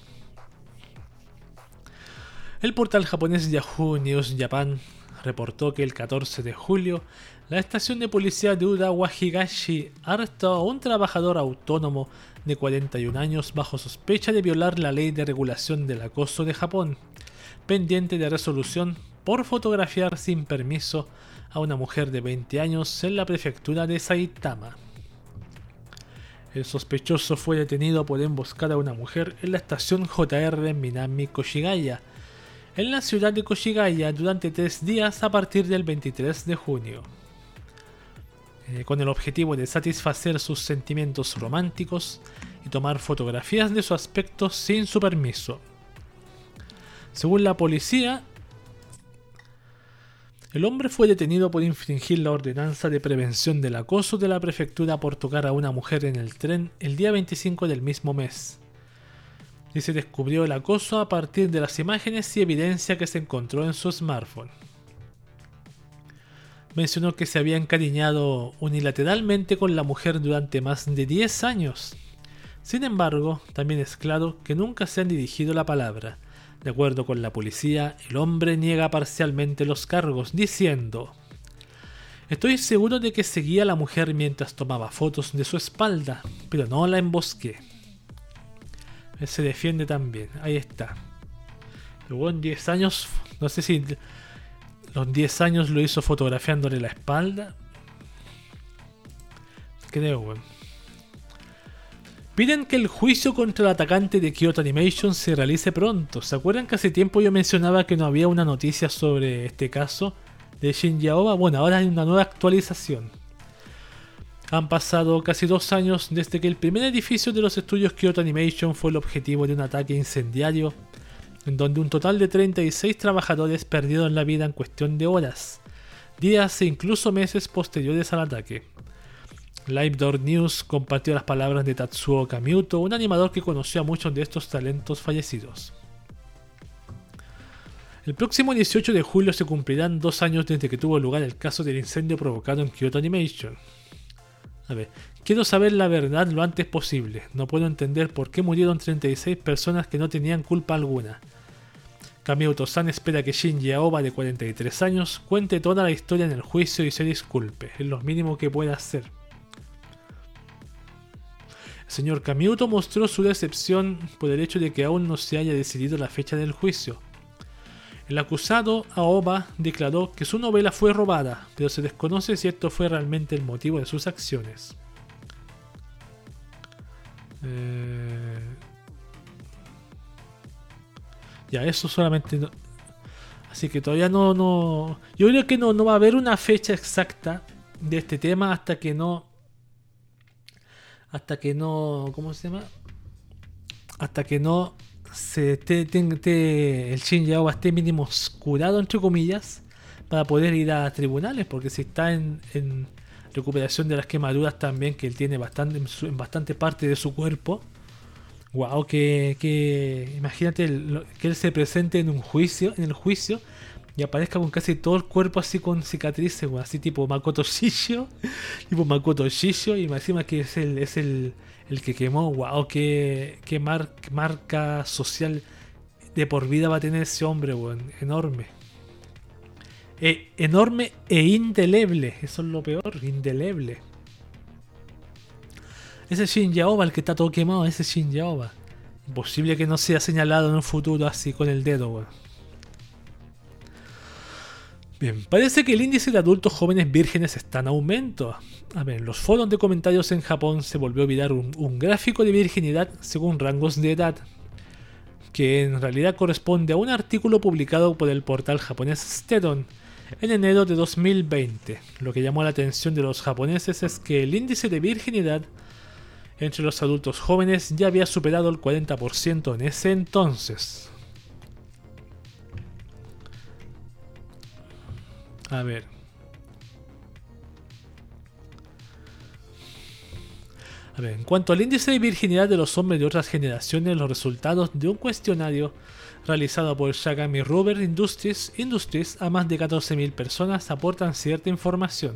Speaker 1: El portal japonés Yahoo News Japan reportó que el 14 de julio la estación de policía de Urawa Higashi arrestó a un trabajador autónomo de 41 años bajo sospecha de violar la ley de regulación del acoso de Japón, pendiente de resolución por fotografiar sin permiso a una mujer de 20 años en la prefectura de Saitama. El sospechoso fue detenido por emboscar a una mujer en la estación JR Minami Koshigaya, en la ciudad de Koshigaya, durante 3 días a partir del 23 de junio. Con el objetivo de satisfacer sus sentimientos románticos y tomar fotografías de su aspecto sin su permiso. Según la policía, el hombre fue detenido por infringir la ordenanza de prevención del acoso de la prefectura por tocar a una mujer en el tren el día 25 del mismo mes. Y se descubrió el acoso a partir de las imágenes y evidencia que se encontró en su smartphone. Mencionó que se había encariñado unilateralmente con la mujer durante más de 10 años. Sin embargo, también es claro que nunca se han dirigido la palabra. De acuerdo con la policía, el hombre niega parcialmente los cargos, diciendo: "Estoy seguro de que seguía a la mujer mientras tomaba fotos de su espalda, pero no la embosqué". Él se defiende también, ahí está. Luego en 10 años, no sé si los 10 años lo hizo fotografiándole la espalda. Creo, bueno. Piden que el juicio contra el atacante de Kyoto Animation se realice pronto. ¿Se acuerdan que hace tiempo yo mencionaba que no había una noticia sobre este caso de Shinji Aoba? Bueno, ahora hay una nueva actualización. Han pasado casi 2 años desde que el primer edificio de los estudios Kyoto Animation fue el objetivo de un ataque incendiario, en donde un total de 36 trabajadores perdieron la vida en cuestión de horas, días e incluso meses posteriores al ataque. Live Door News compartió las palabras de Tatsuo Kamiuto, un animador que conoció a muchos de estos talentos fallecidos. El próximo 18 de julio se cumplirán 2 años desde que tuvo lugar el caso del incendio provocado en Kyoto Animation. A ver, quiero saber la verdad lo antes posible. No puedo entender por qué murieron 36 personas que no tenían culpa alguna. Kamiuto-san espera que Shinji Aoba, de 43 años, cuente toda la historia en el juicio y se disculpe. Es lo mínimo que puede hacer. El señor Kamiuto mostró su decepción por el hecho de que aún no se haya decidido la fecha del juicio. El acusado, Aoba, declaró que su novela fue robada, pero se desconoce si esto fue realmente el motivo de sus acciones. Ya, eso solamente no. Así que todavía no. Yo creo que no va a haber una fecha exacta de este tema hasta que no. ¿Cómo se llama? Hasta que no el Shinji Aoba esté mínimo curado, entre comillas, para poder ir a tribunales, porque si está en recuperación de las quemaduras también, que él tiene en bastante parte de su cuerpo. Wow, que imagínate que él se presente en el juicio y aparezca con casi todo el cuerpo así con cicatrices, así tipo Makoto Shishio, y encima que es el que quemó. Wow, qué marca social de por vida va a tener ese hombre, enorme. Enorme e indeleble, eso es lo peor, indeleble. Ese Shinji Aoba, el que está todo quemado, ese Shinji Aoba. Imposible que no sea señalado en un futuro así con el dedo, Bien, parece que el índice de adultos jóvenes vírgenes está en aumento. A ver, en los foros de comentarios en Japón se volvió a virar un gráfico de virginidad según rangos de edad, que en realidad corresponde a un artículo publicado por el portal japonés Stedon, en enero de 2020. Lo que llamó la atención de los japoneses es que el índice de virginidad entre los adultos jóvenes ya había superado el 40% en ese entonces. A ver. En cuanto al índice de virginidad de los hombres de otras generaciones, los resultados de un cuestionario realizado por Sakami Rubber Industries a más de 14.000 personas aportan cierta información.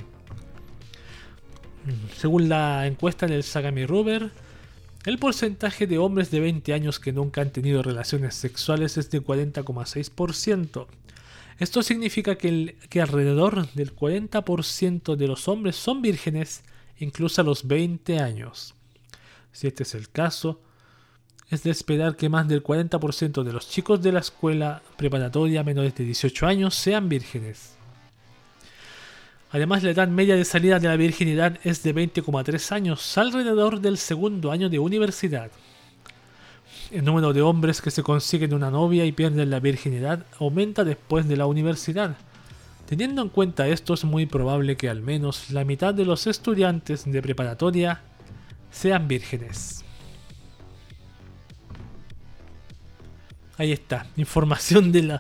Speaker 1: Según la encuesta del Sakami Rubber, el porcentaje de hombres de 20 años que nunca han tenido relaciones sexuales es de 40,6%. Esto significa que alrededor del 40% de los hombres son vírgenes incluso a los 20 años. Si este es el caso, es de esperar que más del 40% de los chicos de la escuela preparatoria menores de 18 años sean vírgenes. Además, la edad media de salida de la virginidad es de 20,3 años, alrededor del segundo año de universidad. El número de hombres que se consiguen una novia y pierden la virginidad aumenta después de la universidad. Teniendo en cuenta esto, es muy probable que al menos la mitad de los estudiantes de preparatoria sean vírgenes. Ahí está, información de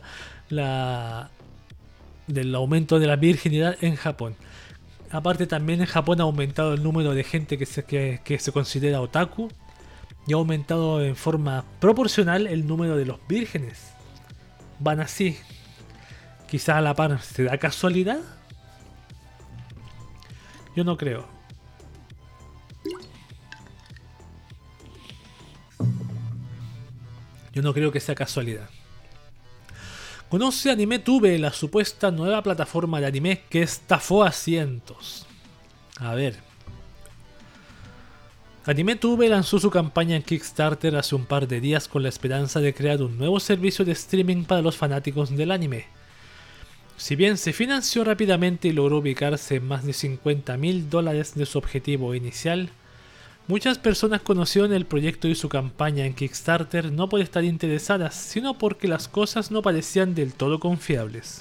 Speaker 1: del aumento de la virginidad en Japón. Aparte, también en Japón ha aumentado el número de gente que se considera otaku y ha aumentado en forma proporcional el número de los vírgenes. Van así. Quizá a la par. ¿Se da casualidad? Yo no creo. Yo no creo que sea casualidad. Conoce AnimeTube, la supuesta nueva plataforma de anime que estafó a cientos. A ver. AnimeTube lanzó su campaña en Kickstarter hace un par de días con la esperanza de crear un nuevo servicio de streaming para los fanáticos del anime. Si bien se financió rápidamente y logró ubicarse en más de $50.000 de su objetivo inicial, muchas personas conocieron el proyecto y su campaña en Kickstarter no por estar interesadas, sino porque las cosas no parecían del todo confiables.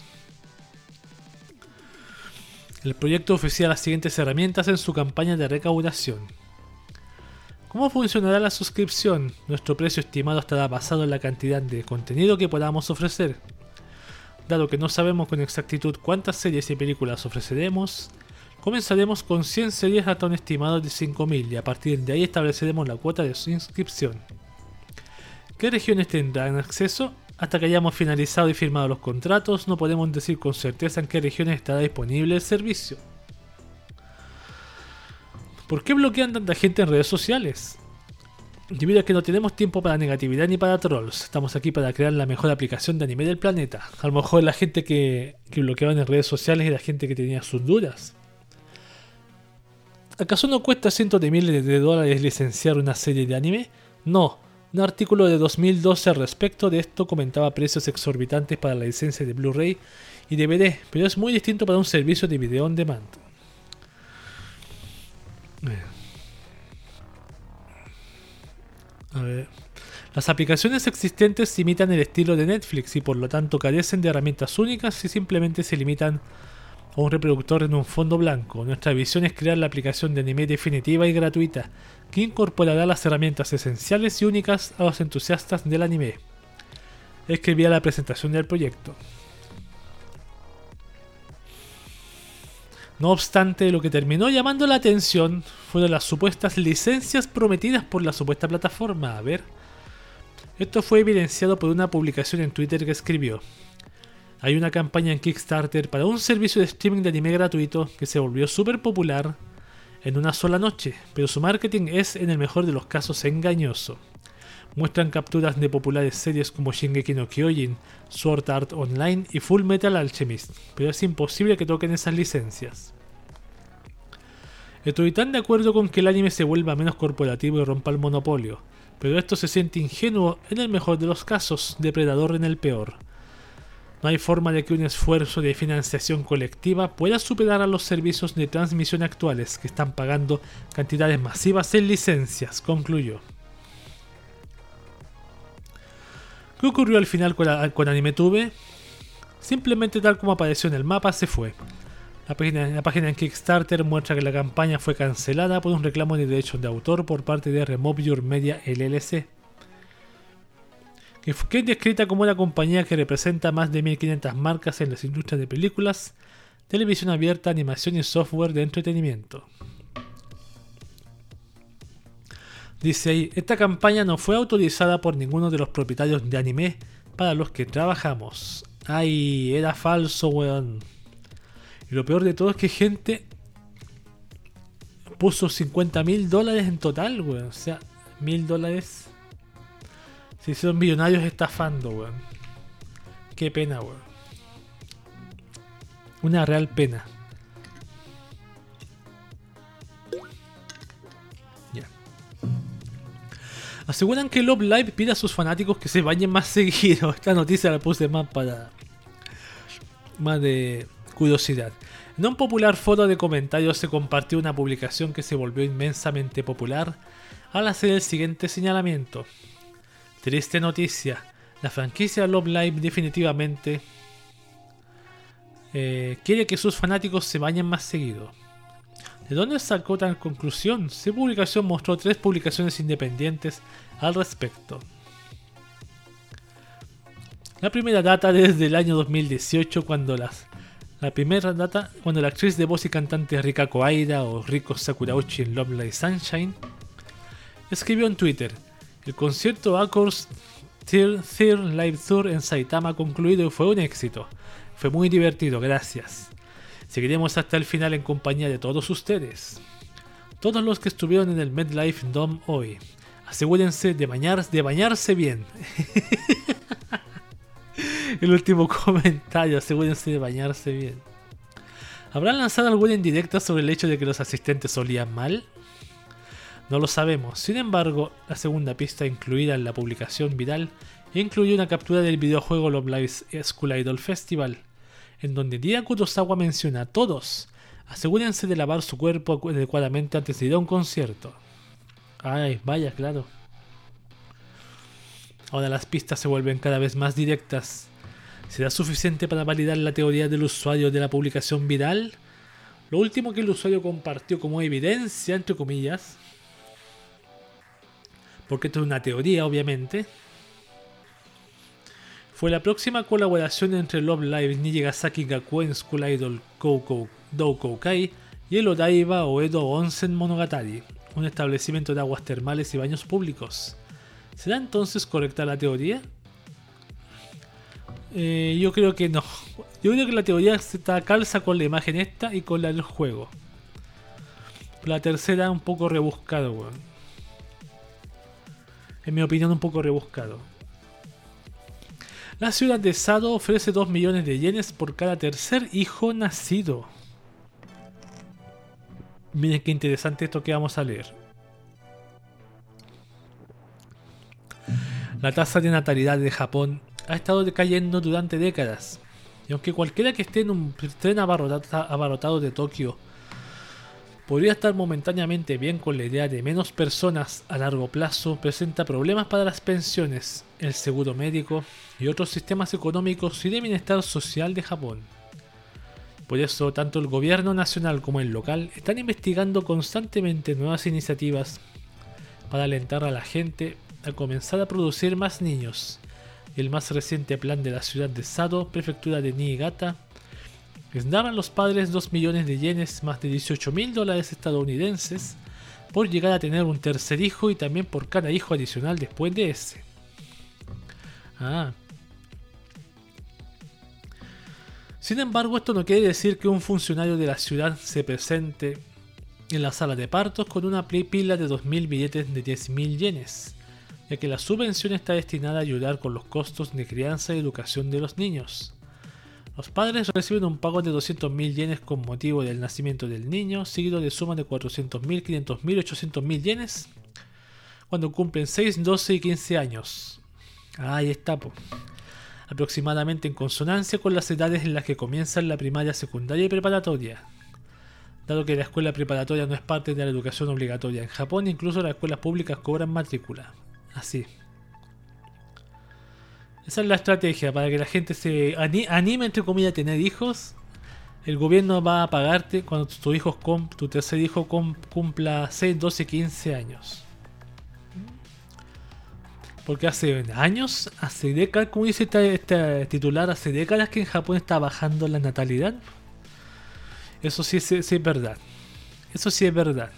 Speaker 1: El proyecto ofrecía las siguientes herramientas en su campaña de recaudación. ¿Cómo funcionará la suscripción? Nuestro precio estimado estará basado en la cantidad de contenido que podamos ofrecer. Dado que no sabemos con exactitud cuántas series y películas ofreceremos, comenzaremos con 100 series hasta un estimado de 5.000 y a partir de ahí estableceremos la cuota de su inscripción. ¿Qué regiones tendrán acceso? Hasta que hayamos finalizado y firmado los contratos, no podemos decir con certeza en qué regiones estará disponible el servicio. ¿Por qué bloquean tanta gente en redes sociales? Debido a que no tenemos tiempo para negatividad ni para trolls, estamos aquí para crear la mejor aplicación de anime del planeta. A lo mejor la gente que bloqueaban en redes sociales era gente que tenía sus dudas. ¿Acaso no cuesta cientos de miles de dólares licenciar una serie de anime? No. Un artículo de 2012 al respecto de esto comentaba precios exorbitantes para la licencia de Blu-ray y DVD, pero es muy distinto para un servicio de video on demand. A ver. Las aplicaciones existentes imitan el estilo de Netflix y por lo tanto carecen de herramientas únicas y simplemente se limitan a un reproductor en un fondo blanco. Nuestra visión es crear la aplicación de anime definitiva y gratuita que incorporará las herramientas esenciales y únicas a los entusiastas del anime. Escribía la presentación del proyecto. No obstante, lo que terminó llamando la atención fueron las supuestas licencias prometidas por la supuesta plataforma. A ver. Esto fue evidenciado por una publicación en Twitter que escribió: hay una campaña en Kickstarter para un servicio de streaming de anime gratuito que se volvió súper popular en una sola noche, pero su marketing es en el mejor de los casos engañoso. Muestran capturas de populares series como Shingeki no Kyojin, Sword Art Online y Full Metal Alchemist, pero es imposible que toquen esas licencias. Estoy tan de acuerdo con que el anime se vuelva menos corporativo y rompa el monopolio, pero esto se siente ingenuo en el mejor de los casos, depredador en el peor. No hay forma de que un esfuerzo de financiación colectiva pueda superar a los servicios de transmisión actuales que están pagando cantidades masivas en licencias, concluyó. ¿Qué ocurrió al final con AnimeTube? Simplemente tal como apareció en el mapa, se fue. La página en Kickstarter muestra que la campaña fue cancelada por un reclamo de derechos de autor por parte de Remove Your Media LLC, que es descrita como una compañía que representa más de 1500 marcas en las industrias de películas, televisión abierta, animación y software de entretenimiento. Dice ahí, esta campaña no fue autorizada por ninguno de los propietarios de anime para los que trabajamos. Ay, era falso, weón. Y lo peor de todo es que gente puso $50.000 en total, weón. O sea, $1.000. Se hicieron millonarios estafando, weón. Qué pena, weón. Una real pena. Ya. Aseguran que Love Live pide a sus fanáticos que se bañen más seguido. Esta noticia la puse más para... más de curiosidad. En un popular foro de comentarios se compartió una publicación que se volvió inmensamente popular al hacer el siguiente señalamiento. Triste noticia, la franquicia Love Live definitivamente quiere que sus fanáticos se bañen más seguido. ¿De dónde sacó tal conclusión? Su publicación mostró 3 publicaciones independientes al respecto. La primera data desde el año 2018 cuando la actriz de voz y cantante Rikako Aida o Riko Sakurauchi en Love Live Sunshine escribió en Twitter: el concierto Accords Third Live Tour en Saitama ha concluido y fue un éxito. Fue muy divertido, gracias. Seguiremos hasta el final en compañía de todos ustedes. Todos los que estuvieron en el MetLife Dome hoy, asegúrense de bañarse bien. El último comentario, asegúrense de bañarse bien. ¿Habrán lanzado alguna indirecta sobre el hecho de que los asistentes olían mal? No lo sabemos. Sin embargo, la segunda pista incluida en la publicación viral incluyó una captura del videojuego Love Live School Idol Festival, en donde Nia Kurosawa menciona a todos: asegúrense de lavar su cuerpo adecuadamente antes de ir a un concierto. Ay, vaya, claro. Ahora las pistas se vuelven cada vez más directas. ¿Será suficiente para validar la teoría del usuario de la publicación viral? Lo último que el usuario compartió como evidencia, entre comillas, porque esto es una teoría obviamente, fue la próxima colaboración entre Love Live Nijigasaki Gakuen School Idol Doukoukai y el Odaiba Oedo Onsen Monogatari, un establecimiento de aguas termales y baños públicos. ¿Será entonces correcta la teoría? Yo creo que no. Yo creo que la teoría se calza con la imagen esta y con la del juego. La tercera un poco rebuscado, weón. En mi opinión un poco rebuscado. La ciudad de Sado ofrece 2 millones de yenes por cada tercer hijo nacido. Miren qué interesante esto que vamos a leer. La tasa de natalidad de Japón ha estado decayendo durante décadas. Y aunque cualquiera que esté en un tren abarrotado de Tokio podría estar momentáneamente bien con la idea de menos personas a largo plazo, presenta problemas para las pensiones, el seguro médico y otros sistemas económicos y de bienestar social de Japón. Por eso, tanto el gobierno nacional como el local están investigando constantemente nuevas iniciativas para alentar a la gente a comenzar a producir más niños. El más reciente plan de la ciudad de Sado, prefectura de Niigata, les daban a los padres 2 millones de yenes, más de $18.000 estadounidenses, por llegar a tener un tercer hijo y también por cada hijo adicional después de ese. Sin embargo, esto no quiere decir que un funcionario de la ciudad se presente en la sala de partos con una pila de 2.000 billetes de 10.000 yenes, ya que la subvención está destinada a ayudar con los costos de crianza y educación de los niños. Los padres reciben un pago de 200.000 yenes con motivo del nacimiento del niño, seguido de sumas de 400.000, 500.000, 800.000 yenes cuando cumplen 6, 12 y 15 años. Ahí está, po. Aproximadamente en consonancia con las edades en las que comienzan la primaria, secundaria y preparatoria. Dado que la escuela preparatoria no es parte de la educación obligatoria en Japón, incluso las escuelas públicas cobran matrícula. Así. Esa es la estrategia para que la gente se anime, entre comillas, a tener hijos. El gobierno va a pagarte cuando tu tercer hijo cumpla 6, 12, 15 años. Porque hace años, hace décadas, como dice esta titular, hace décadas que en Japón está bajando la natalidad. Eso sí, sí es verdad. Eso sí es verdad.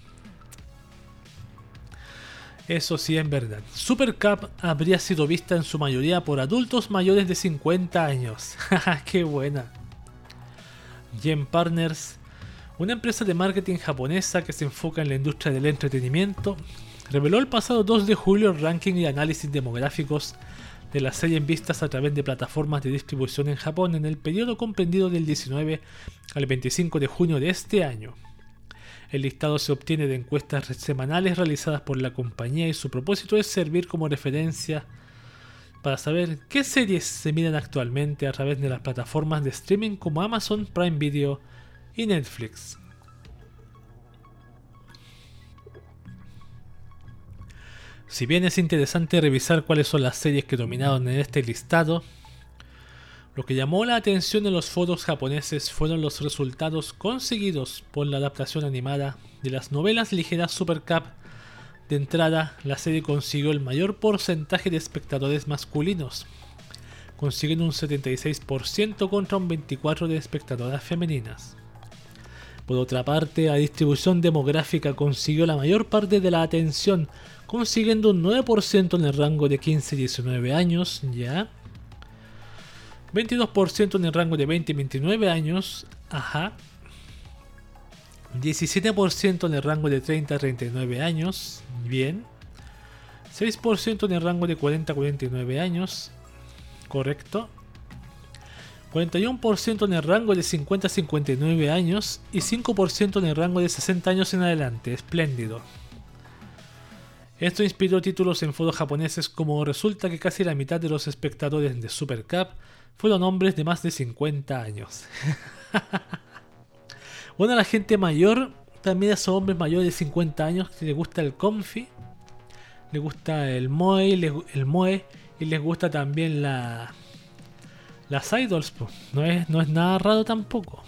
Speaker 1: Eso sí es verdad. Super Cup habría sido vista en su mayoría por adultos mayores de 50 años. ¡Qué buena! Gen Partners, una empresa de marketing japonesa que se enfoca en la industria del entretenimiento, reveló el pasado 2 de julio el ranking y análisis demográficos de la serie en vistas a través de plataformas de distribución en Japón en el periodo comprendido del 19 al 25 de junio de este año. El listado se obtiene de encuestas semanales realizadas por la compañía y su propósito es servir como referencia para saber qué series se miran actualmente a través de las plataformas de streaming como Amazon Prime Video y Netflix. Si bien es interesante revisar cuáles son las series que dominaron en este listado, lo que llamó la atención en los foros japoneses fueron los resultados conseguidos por la adaptación animada de las novelas ligeras Super Cup. De entrada, la serie consiguió el mayor porcentaje de espectadores masculinos, consiguiendo un 76% contra un 24% de espectadoras femeninas. Por otra parte, la distribución demográfica consiguió la mayor parte de la atención, consiguiendo un 9% en el rango de 15-19 años, ya 22% en el rango de 20-29 años, 17% en el rango de 30-39 años, bien, 6% en el rango de 40-49 años, correcto, 41% en el rango de 50-59 años y 5% en el rango de 60 años en adelante, espléndido. Esto inspiró títulos en foros japoneses como resulta que casi la mitad de los espectadores de Super Cup fueron hombres de más de 50 años. Bueno, a la gente mayor, también a esos hombres mayores de 50 años que les gusta el comfy, les gusta el moe y les gusta también las idols, pues. No es nada raro tampoco.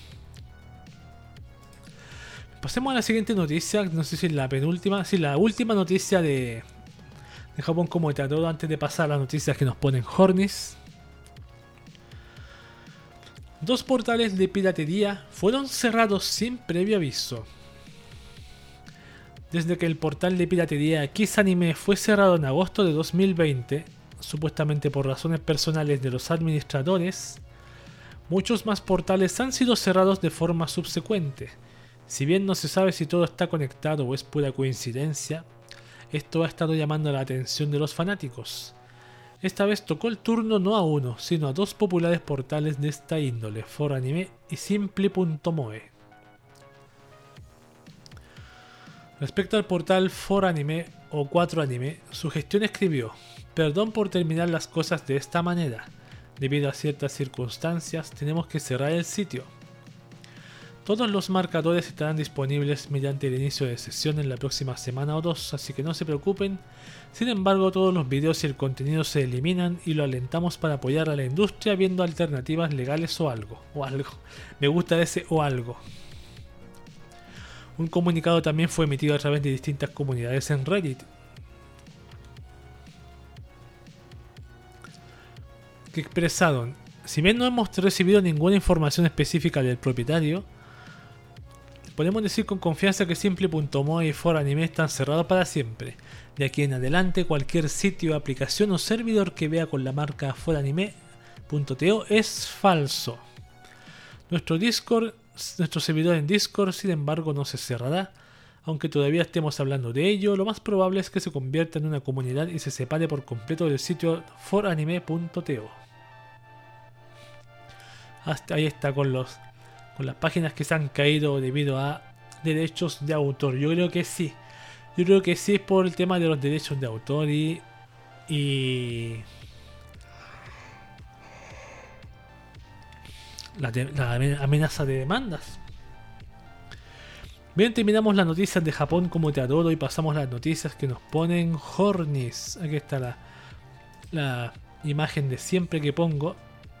Speaker 1: Pasemos a la siguiente noticia, no sé si es la penúltima, sí, la última noticia de Japón como de todo antes de pasar a las noticias que nos ponen Hornis. 2 portales de piratería fueron cerrados sin previo aviso. Desde que el portal de piratería Kiss Anime fue cerrado en agosto de 2020, supuestamente por razones personales de los administradores, muchos más portales han sido cerrados de forma subsecuente. Si bien no se sabe si todo está conectado o es pura coincidencia, esto ha estado llamando la atención de los fanáticos. Esta vez tocó el turno no a uno, sino a 2 populares portales de esta índole, 4anime y Simply.moe. Respecto al portal 4anime o 4anime, su gestión escribió: "Perdón por terminar las cosas de esta manera. Debido a ciertas circunstancias, tenemos que cerrar el sitio. Todos los marcadores estarán disponibles mediante el inicio de sesión en la próxima semana o 2, así que no se preocupen. Sin embargo, todos los videos y el contenido se eliminan y lo alentamos para apoyar a la industria viendo alternativas legales o algo. Me gusta ese o algo". Un comunicado también fue emitido a través de distintas comunidades en Reddit, que expresaron: "Si bien no hemos recibido ninguna información específica del propietario, podemos decir con confianza que Simply.moe y 4anime están cerrados para siempre. De aquí en adelante, cualquier sitio, aplicación o servidor que vea con la marca 4anime.to es falso. Nuestro servidor en Discord, sin embargo, no se cerrará. Aunque todavía estemos hablando de ello, lo más probable es que se convierta en una comunidad y se separe por completo del sitio 4anime.to. Hasta ahí está con las páginas que se han caído debido a derechos de autor. Yo creo que sí. Yo creo que sí es por el tema de los derechos de autor y la amenaza de demandas. Bien, terminamos las noticias de Japón como te adoro y pasamos a las noticias que nos ponen Hornis. Aquí está imagen de siempre que pongo.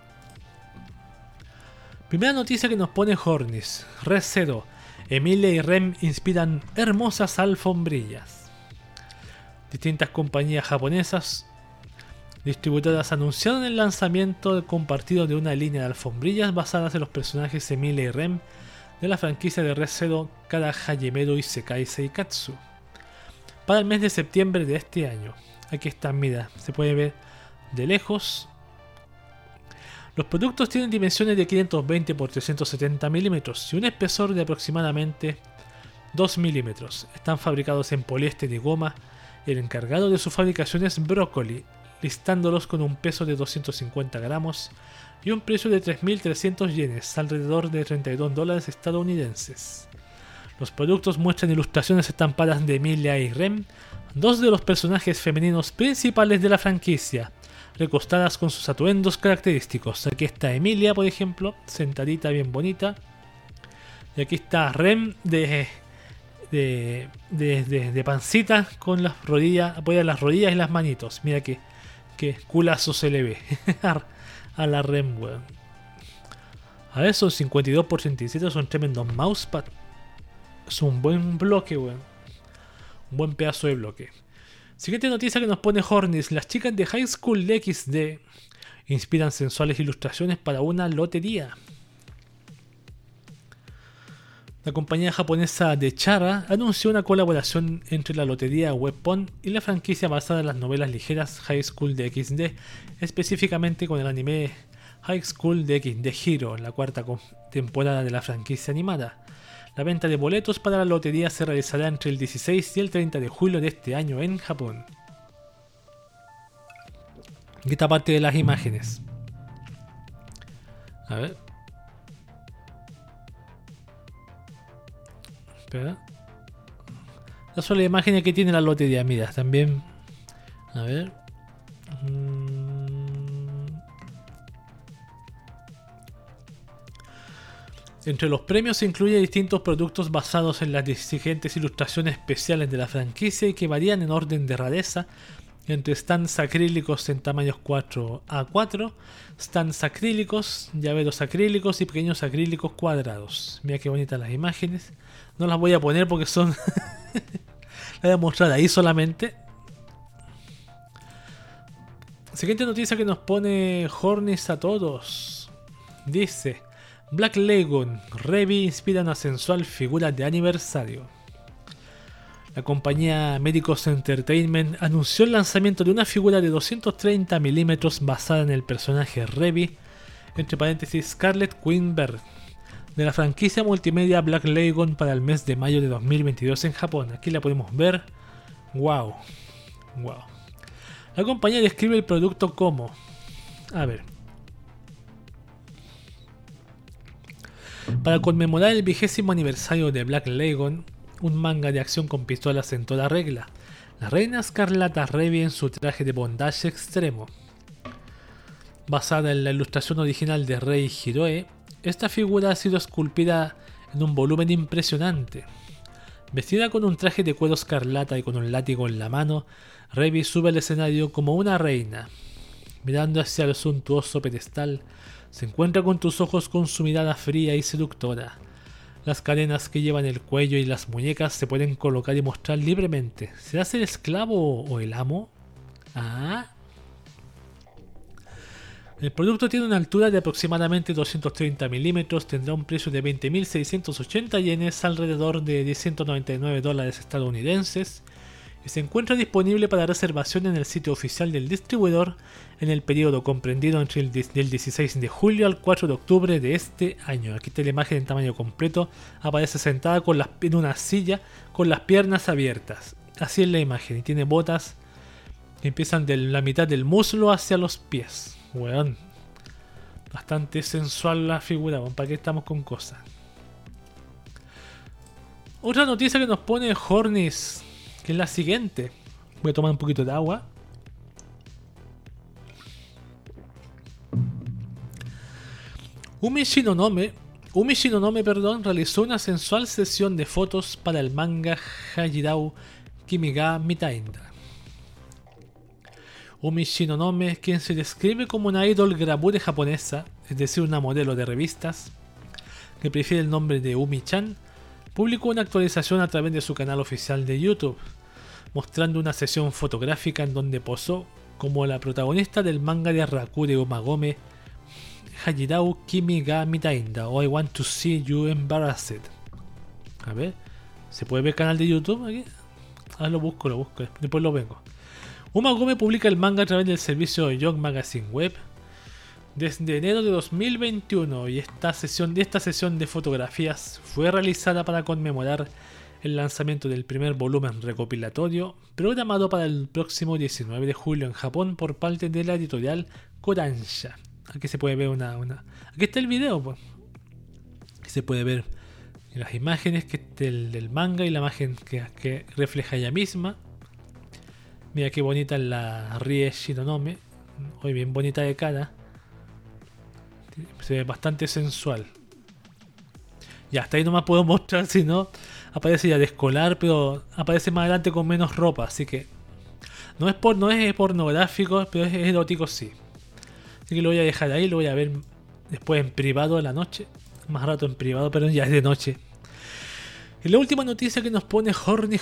Speaker 1: Primera noticia que nos pone Hornis. Red Zero. Emilia y Rem inspiran hermosas alfombrillas. Distintas compañías japonesas distribuidoras anunciaron el lanzamiento compartido de una línea de alfombrillas basadas en los personajes Emilia y Rem de la franquicia de Red Zero Kara Hajemeru Isekai Seikatsu para el mes de septiembre de este año. Aquí están, mira, se puede ver de lejos. Los productos tienen dimensiones de 520 x 370 milímetros y un espesor de aproximadamente 2 milímetros. Están fabricados en poliéster y goma. El encargado de su fabricación es Broccoli, listándolos con un peso de 250 gramos y un precio de 3.300 yenes, alrededor de $32 estadounidenses. Los productos muestran ilustraciones estampadas de Emilia y Rem, dos de los personajes femeninos principales de la franquicia, recostadas con sus atuendos característicos. Aquí está Emilia, por ejemplo, sentadita bien bonita. Y aquí está Rem de pancita con las rodillas, apoya las rodillas y las manitos. Mira que culazo se le ve a la Rem, weón. A ver, son 52 x 37, son tremendos mousepad. Es un buen bloque, weón. Un buen pedazo de bloque. Siguiente noticia que nos pone Hornis. Las chicas de High School DxD inspiran sensuales ilustraciones para una lotería. La compañía japonesa de Chara anunció una colaboración entre la lotería Webpon y la franquicia basada en las novelas ligeras High School DxD, específicamente con el anime High School DxD Hero, la cuarta temporada de la franquicia animada. La venta de boletos para la lotería se realizará entre el 16 y el 30 de julio de este año en Japón. Aquí está parte de las imágenes. A ver. Espera. Estas son las imágenes que tiene la lotería. Mira, también. A ver. Entre los premios se incluye distintos productos basados en las exigentes ilustraciones especiales de la franquicia y que varían en orden de rareza, entre stands acrílicos en tamaños 4x4, stands acrílicos, llaveros acrílicos y pequeños acrílicos cuadrados. Mira qué bonitas las imágenes. No las voy a poner porque son... las voy a mostrar ahí solamente. Siguiente noticia que nos pone Hornis a todos. Dice... Black Lagoon, Revi inspira una sensual figura de aniversario. La compañía Medicos Entertainment anunció el lanzamiento de una figura de 230 milímetros basada en el personaje Revi, entre paréntesis Scarlet Queen Bird, de la franquicia multimedia Black Lagoon para el mes de mayo de 2022 en Japón. Aquí la podemos ver. Wow. La compañía describe el producto como... A ver... Para conmemorar el 20º aniversario de Black Lagoon, un manga de acción con pistolas en toda regla, la reina Escarlata Revi en su traje de bondage extremo. Basada en la ilustración original de Rei Hiroe, esta figura ha sido esculpida en un volumen impresionante. Vestida con un traje de cuero escarlata y con un látigo en la mano, Revi sube al escenario como una reina. Mirando hacia el suntuoso pedestal, se encuentra con tus ojos con su mirada fría y seductora. Las cadenas que llevan el cuello y las muñecas se pueden colocar y mostrar libremente. ¿Serás el esclavo o el amo? Ah. El producto tiene una altura de aproximadamente 230 milímetros, tendrá un precio de 20.680 yenes, alrededor de $199 estadounidenses, y se encuentra disponible para reservación en el sitio oficial del distribuidor en el periodo comprendido entre el 16 de julio al 4 de octubre de este año. Aquí está la imagen en tamaño completo, aparece sentada en una silla con las piernas abiertas. Así es la imagen, y tiene botas que empiezan de la mitad del muslo hacia los pies. Weón, bastante sensual la figura, weón. ¿Para qué estamos con cosas? Otra noticia que nos pone Hornis, que es la siguiente. Voy a tomar un poquito de agua. Umi Shinonome, realizó una sensual sesión de fotos para el manga Hajirao Kimi ga Mitainda. Umi Shinonome, quien se describe como una idol grabure japonesa, es decir, una modelo de revistas, que prefiere el nombre de Umi-chan, publicó una actualización a través de su canal oficial de YouTube, mostrando una sesión fotográfica en donde posó como la protagonista del manga de Rakure Umagome, Hajirau Kimi ga Mitainda, o I Want to See You Embarrassed. A ver, ¿se puede ver el canal de YouTube aquí? Ah, lo busco, después lo vengo. Umagome publica el manga a través del servicio Young Magazine Web desde enero de 2021 y esta sesión de fotografías fue realizada para conmemorar el lanzamiento del primer volumen recopilatorio programado para el próximo 19 de julio en Japón por parte de la editorial Kodansha. Aquí se puede ver Aquí está el video, pues. Aquí se puede ver las imágenes del manga y la imagen que refleja ella misma. Mira qué bonita es la Rie Shinonome. Hoy bien bonita de cara. Se ve bastante sensual. Ya, hasta ahí no me puedo mostrar, si no aparece ya de escolar, pero aparece más adelante con menos ropa, así que no es pornográfico, pero es erótico, sí. Así que lo voy a dejar ahí, lo voy a ver después en privado a la noche. Más rato en privado, pero ya es de noche. Y la última noticia que nos pone Horny.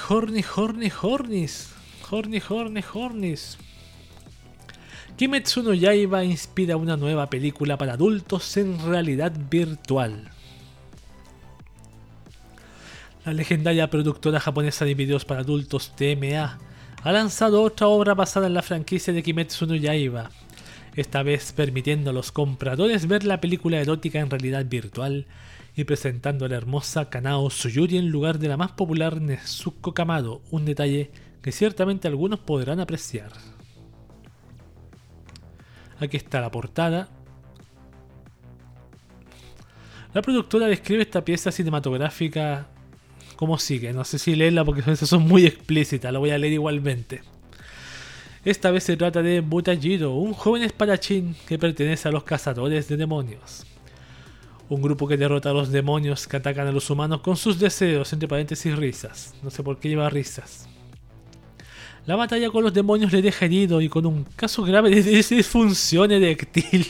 Speaker 1: Kimetsu no Yaiba inspira una nueva película para adultos en realidad virtual. La legendaria productora japonesa de videos para adultos TMA ha lanzado otra obra basada en la franquicia de Kimetsu no Yaiba, esta vez permitiendo a los compradores ver la película erótica en realidad virtual y presentando a la hermosa Kanao Tsuyuri en lugar de la más popular Nezuko Kamado, un detalle que ciertamente algunos podrán apreciar. Aquí está la portada. La productora describe esta pieza cinematográfica como sigue. No sé si leerla porque esas son muy explícitas, la voy a leer igualmente. Esta vez se trata de Butajiro, un joven espadachín que pertenece a los cazadores de demonios. Un grupo que derrota a los demonios que atacan a los humanos con sus deseos, entre paréntesis risas. No sé por qué lleva risas. La batalla con los demonios le deja herido y con un caso grave de disfunción eréctil.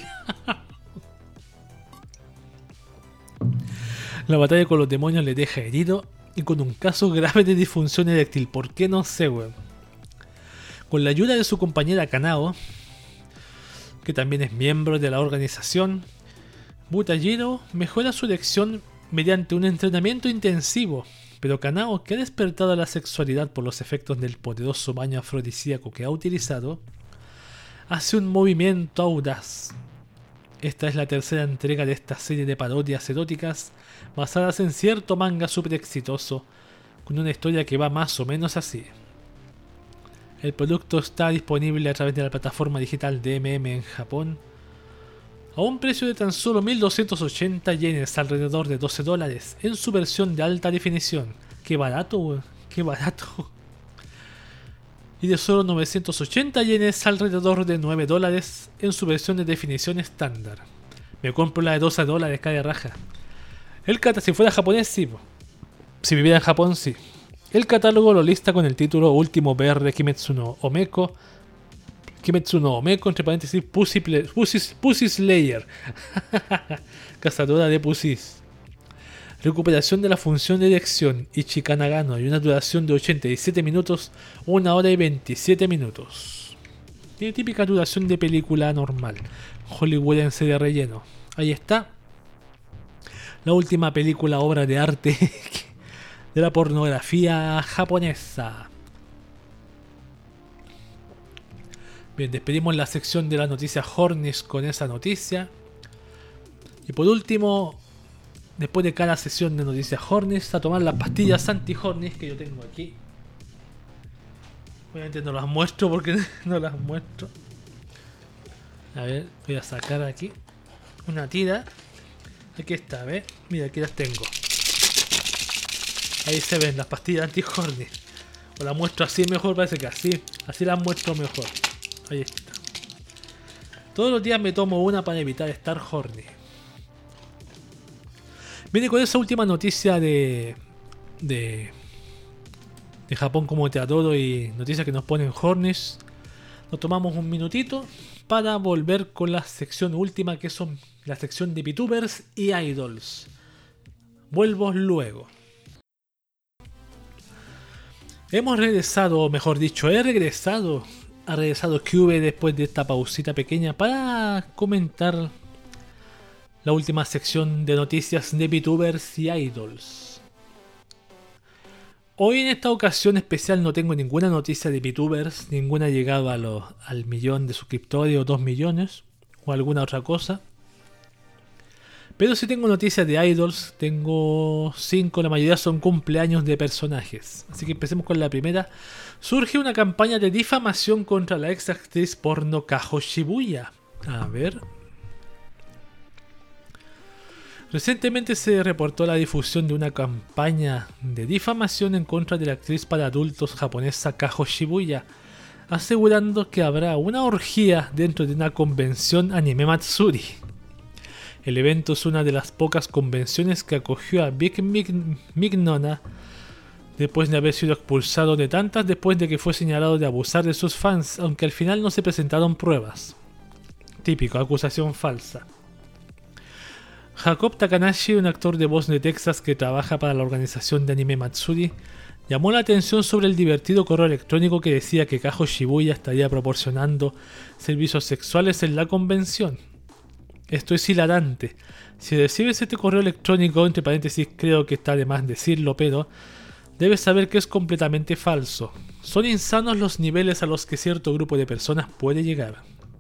Speaker 1: La batalla con los demonios le deja herido y con un caso grave de disfunción eréctil. ¿Por qué? No sé, weón. Con la ayuda de su compañera Kanao, que también es miembro de la organización, Butajiro mejora su erección mediante un entrenamiento intensivo. Pero Kanao, que ha despertado la sexualidad por los efectos del poderoso baño afrodisíaco que ha utilizado, hace un movimiento audaz. Esta es la tercera entrega de esta serie de parodias eróticas basadas en cierto manga super exitoso, con una historia que va más o menos así. El producto está disponible a través de la plataforma digital DMM en Japón, a un precio de tan solo 1280 yenes, alrededor de $12, en su versión de alta definición. ¡Qué barato, weón! ¡Qué barato! Y de solo 980 yenes, alrededor de $9, en su versión de definición estándar. Me compro la de $12, cae de raja. Si fuera japonés, sí. Si viviera en Japón, sí. El catálogo lo lista con el título Último PR de Kimetsu no Omeko, entre paréntesis, Pussy Slayer. Cazadora de pussys. Recuperación de la función de erección Ichikanagano y una duración de 87 minutos, 1 hora y 27 minutos. Tiene típica duración de película normal. Hollywoodense de relleno. Ahí está. La última película obra de arte de la pornografía japonesa. Bien, despedimos la sección de las noticias Hornis con esa noticia. Y por último, después de cada sesión de noticias Hornis, a tomar las pastillas anti-Hornis que yo tengo aquí. Obviamente no las muestro porque no las muestro. A ver, voy a sacar aquí una tira. Aquí está, ¿ves? Mira, aquí las tengo. Ahí se ven las pastillas anti-Hornis. O las muestro así mejor, parece que así las muestro mejor. Ahí está. Todos los días me tomo una para evitar estar horny. Viene con esa última noticia de Japón como te adoro y noticias que nos ponen hornies. Nos tomamos un minutito para volver con la sección última, que son la sección de VTubers y Idols. Vuelvo luego. Hemos regresado, o mejor dicho, ha regresado Cube después de esta pausita pequeña para comentar la última sección de noticias de VTubers y Idols. Hoy en esta ocasión especial no tengo ninguna noticia de VTubers, ninguna ha llegado al millón de suscriptores o 2 millones o alguna otra cosa. Pero sí tengo noticias de Idols, tengo 5, la mayoría son cumpleaños de personajes. Así que empecemos con la primera. Surge una campaña de difamación contra la ex actriz porno Kaho Shibuya. A ver. Recientemente se reportó la difusión de una campaña de difamación en contra de la actriz para adultos japonesa Kaho Shibuya, asegurando que habrá una orgía dentro de una convención Anime Matsuri. El evento es una de las pocas convenciones que acogió a Big Mignona después de haber sido expulsado de tantas después de que fue señalado de abusar de sus fans, aunque al final no se presentaron pruebas. Típico, acusación falsa. Jacob Takanashi, un actor de voz de Texas que trabaja para la organización de Anime Matsuri, llamó la atención sobre el divertido correo electrónico que decía que Kaho Shibuya estaría proporcionando servicios sexuales en la convención. Esto es hilarante. Si recibes este correo electrónico, entre paréntesis creo que está de más decirlo, pero debes saber que es completamente falso. Son insanos los niveles a los que cierto grupo de personas puede llegar.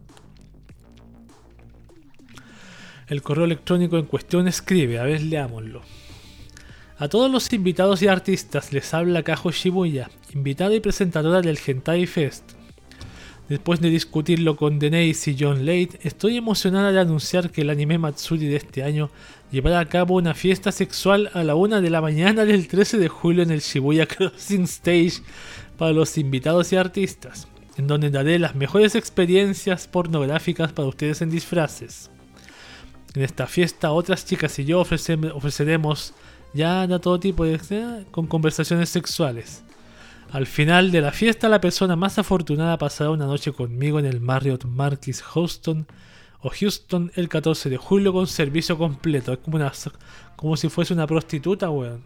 Speaker 1: El correo electrónico en cuestión escribe, a ver, leámoslo. A todos los invitados y artistas les habla Kaho Shibuya, invitada y presentadora del Hentai Fest. Después de discutirlo con Denise y John Late, estoy emocionada de anunciar que el Anime Matsuri de este año llevará a cabo una fiesta sexual a la 1 de la mañana del 13 de julio en el Shibuya Crossing Stage para los invitados y artistas, en donde daré las mejores experiencias pornográficas para ustedes en disfraces. En esta fiesta otras chicas y yo ofreceremos ya de todo tipo con conversaciones sexuales. Al final de la fiesta, la persona más afortunada pasará una noche conmigo en el Marriott Marquis Houston el 14 de julio con servicio completo. Es como si fuese una prostituta, weón.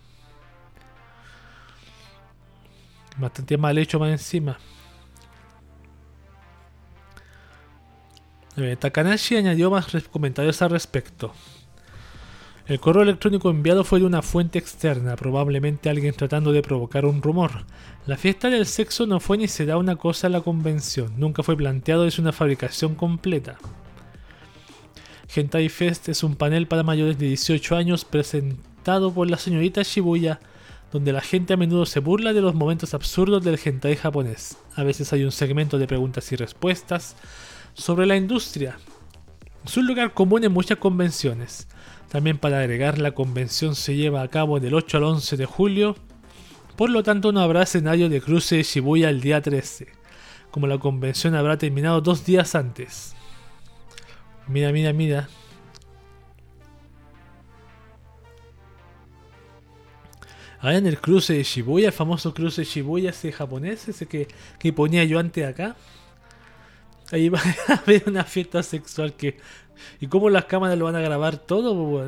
Speaker 1: Bastante mal hecho más encima. Takanashi añadió más comentarios al respecto. El correo electrónico enviado fue de una fuente externa, probablemente alguien tratando de provocar un rumor. La fiesta del sexo no fue ni será una cosa en la convención, nunca fue planteado, es una fabricación completa. Hentai Fest es un panel para mayores de 18 años presentado por la señorita Shibuya, donde la gente a menudo se burla de los momentos absurdos del hentai japonés. A veces hay un segmento de preguntas y respuestas sobre la industria. Es un lugar común en muchas convenciones. También para agregar, la convención se lleva a cabo del 8 al 11 de julio, por lo tanto no habrá escenario de cruce de Shibuya el día 13, como la convención habrá terminado 2 días antes. Mira. Ahora en el cruce de Shibuya, el famoso cruce de Shibuya ese japonés, ese que ponía yo antes acá. Ahí va a haber una fiesta sexual que... ¿Y cómo las cámaras lo van a grabar todo? Bueno,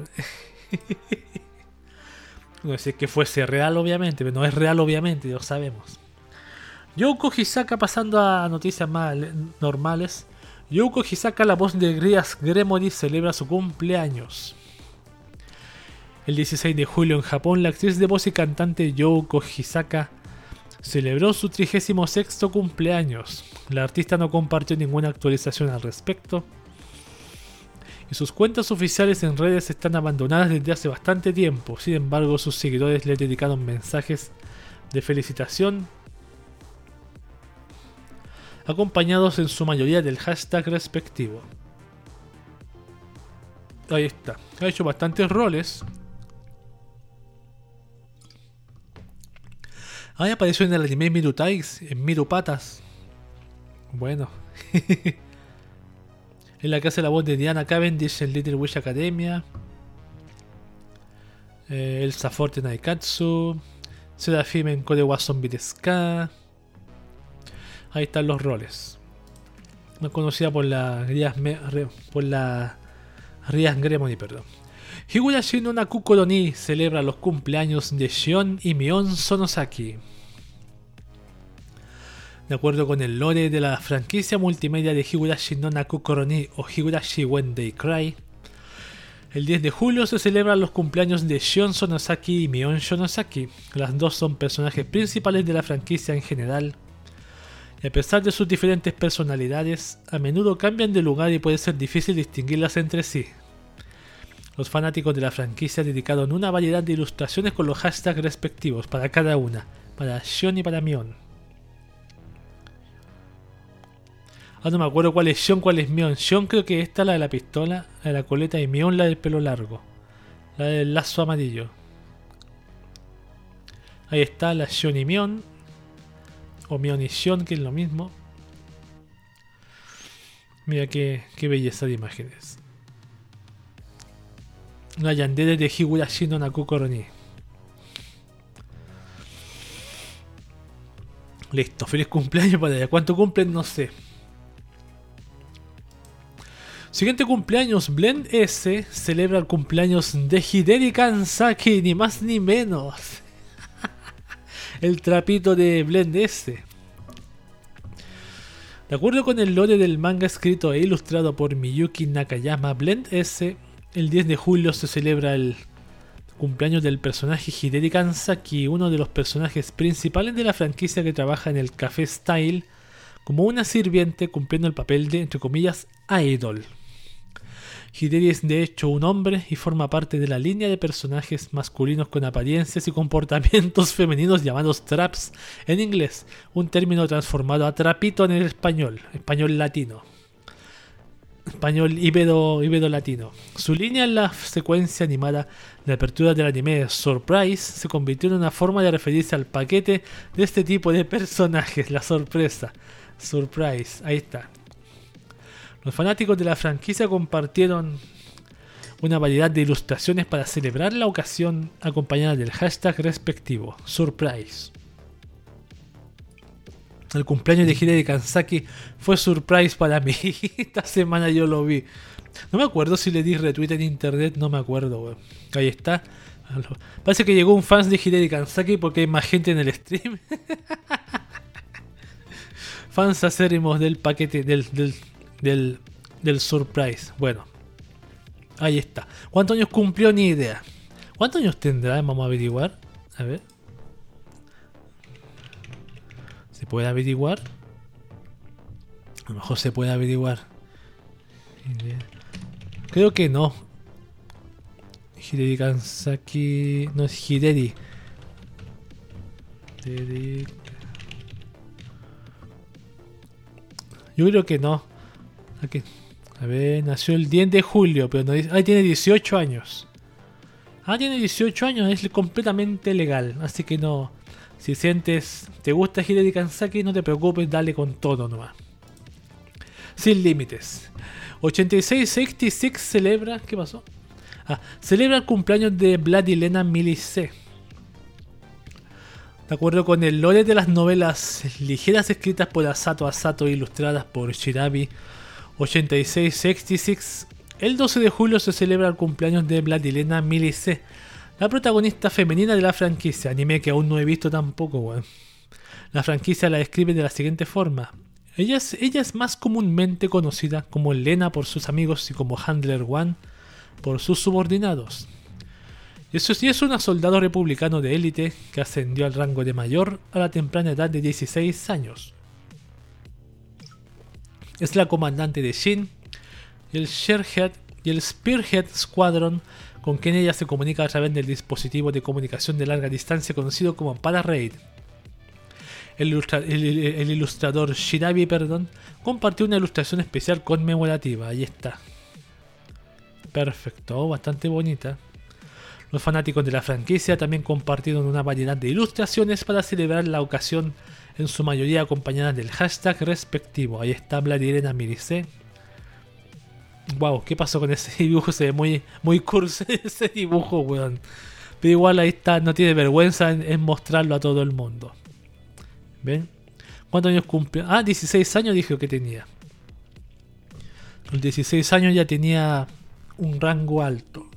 Speaker 1: no sé que fuese real obviamente, pero no es real obviamente, lo sabemos. Yoko Hisaka, pasando a noticias más normales. Yoko Hisaka, la voz de Grias Gremory, celebra su cumpleaños. El 16 de julio en Japón, la actriz de voz y cantante Yoko Hisaka celebró su 36º cumpleaños. La artista no compartió ninguna actualización al respecto y sus cuentas oficiales en redes están abandonadas desde hace bastante tiempo. Sin embargo, sus seguidores le dedicaron mensajes de felicitación, acompañados en su mayoría del hashtag respectivo. Ahí está. Ha hecho bastantes roles. Ahí apareció en el anime Miru Tais, en Miru Patas. Bueno. En la que hace la voz de Diana Cavendish en Little Witch Academia. Elsa Forte en Aikatsu. Serafime en Kore wa Zombie Desu Ka. Ahí están los roles. más conocida por por la Rias Gremoni, perdón. Higurashi no Nakukoro ni celebra los cumpleaños de Shion y Mion Sonosaki. De acuerdo con el lore de la franquicia multimedia de Higurashi no Nakukoro ni o Higurashi When They Cry, el 10 de julio se celebran los cumpleaños de Shion Sonosaki y Mion Sonosaki. Las dos son personajes principales de la franquicia en general. Y a pesar de sus diferentes personalidades, a menudo cambian de lugar y puede ser difícil distinguirlas entre sí. Los fanáticos de la franquicia dedicaron una variedad de ilustraciones con los hashtags respectivos para cada una, para Shion y para Mion. No me acuerdo cuál es Shion, cuál es Mion. Shion creo que esta es la de la pistola, la de la coleta, y Mion la del pelo largo, la del lazo amarillo. Ahí está la Shion y Mion, o Mion y Shion, que es lo mismo. Mira qué belleza de imágenes. La yandere de Higurashi no Nakukoro ni. Listo, feliz cumpleaños para ella. ¿Cuánto cumplen? No sé. Siguiente cumpleaños, Blend S celebra el cumpleaños de Hideri Kansaki, ni más ni menos. El trapito de Blend S. De acuerdo con el lore del manga escrito e ilustrado por Miyuki Nakayama, Blend S, el 10 de julio se celebra el cumpleaños del personaje Hideri Kansaki, uno de los personajes principales de la franquicia que trabaja en el Café Style como una sirviente cumpliendo el papel de, entre comillas, idol. Hideri es de hecho un hombre y forma parte de la línea de personajes masculinos con apariencias y comportamientos femeninos llamados traps en inglés, un término transformado a trapito en el español latino. Español ibero latino. Su línea en la secuencia animada de apertura del anime Surprise se convirtió en una forma de referirse al paquete de este tipo de personajes, la sorpresa. Surprise, ahí está. Los fanáticos de la franquicia compartieron una variedad de ilustraciones para celebrar la ocasión acompañadas del hashtag respectivo, Surprise. El cumpleaños de Hideri Kansaki fue surprise para mí. Esta semana yo lo vi. No me acuerdo si le di retweet en internet, no me acuerdo, weón. Ahí está. Parece que llegó un fan de Hideri Kansaki porque hay más gente en el stream. Fans acérrimos del paquete del surprise. Bueno, ahí está. ¿Cuántos años cumplió? Ni idea. ¿Cuántos años tendrá? Vamos a averiguar. A ver. ¿Se puede averiguar? A lo mejor se puede averiguar. Creo que no. Hideri Kansaki. No es Hideri. Yo creo que no. Aquí. A ver, nació el 10 de julio, pero no dice. Ah, tiene 18 años. Ah, tiene 18 años, es completamente legal. Así que no. Si sientes, te gusta Hideri Kansaki, no te preocupes, dale con todo nomás. Sin límites. 8666 celebra. ¿Qué pasó? Celebra el cumpleaños de Vladilena Milice. De acuerdo con el lore de las novelas ligeras escritas por Asato Asato e ilustradas por Shirabi 8666, el 12 de julio se celebra el cumpleaños de Vladilena Milice, la protagonista femenina de la franquicia, anime que aún no he visto tampoco, weón. La franquicia la describe de la siguiente forma. Ella es más comúnmente conocida como Lena por sus amigos y como Handler One por sus subordinados. Eso sí, es una soldado republicano de élite que ascendió al rango de mayor a la temprana edad de 16 años. Es la comandante de Shin, el Sharehead y el Spearhead Squadron, con quien ella se comunica a través del dispositivo de comunicación de larga distancia conocido como Pararaid. El ilustrador Shirabi, compartió una ilustración especial conmemorativa. Ahí está. Perfecto, bastante bonita. Los fanáticos de la franquicia también compartieron una variedad de ilustraciones para celebrar la ocasión, en su mayoría acompañadas del hashtag respectivo. Ahí está Vladilena Milice. Wow, ¿qué pasó con ese dibujo? Se ve muy cursi ese dibujo, weón. Pero igual ahí está, no tiene vergüenza en mostrarlo a todo el mundo. ¿Ven? ¿Cuántos años cumple? 16 años dijo que tenía. A los 16 años ya tenía un rango alto.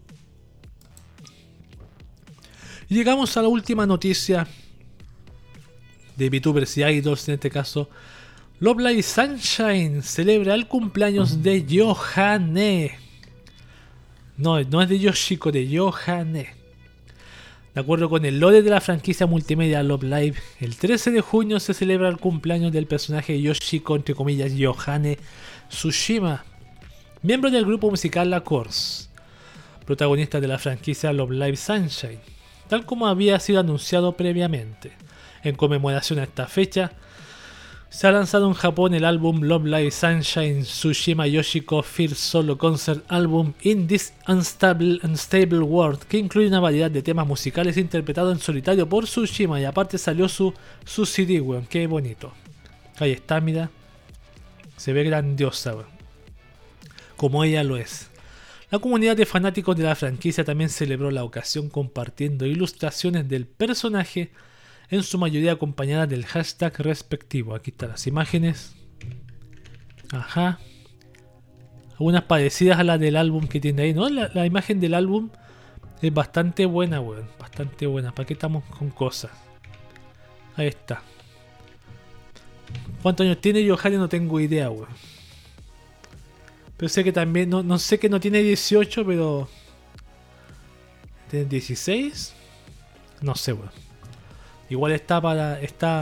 Speaker 1: Y llegamos a la última noticia de VTubers y Idols, en este caso. Love Live Sunshine celebra el cumpleaños de Yohane. No es de Yoshiko, de Yohane. De acuerdo con el lore de la franquicia multimedia Love Live, el 13 de junio se celebra el cumpleaños del personaje Yoshiko, entre comillas, Yohane Tsushima, miembro del grupo musical La Course, protagonista de la franquicia Love Live Sunshine, tal como había sido anunciado previamente. En conmemoración a esta fecha, se ha lanzado en Japón el álbum Love Live Sunshine Tsushima Yoshiko First Solo Concert Album in This Unstable World, que incluye una variedad de temas musicales interpretados en solitario por Tsushima, y aparte salió su CD, weón. Qué bonito. Ahí está, mira. Se ve grandiosa, weón. Como ella lo es. La comunidad de fanáticos de la franquicia también celebró la ocasión compartiendo ilustraciones del personaje, en su mayoría acompañadas del hashtag respectivo. Aquí están las imágenes. Ajá. Algunas parecidas a las del álbum que tiene ahí, ¿no? La imagen del álbum es bastante buena, weón. Bastante buena. ¿Para qué estamos con cosas? Ahí está. ¿Cuántos años tiene Yohane? No tengo idea, weón. Pero sé que también... No sé que no tiene 18, pero... ¿Tiene 16? No sé, weón. Igual está para...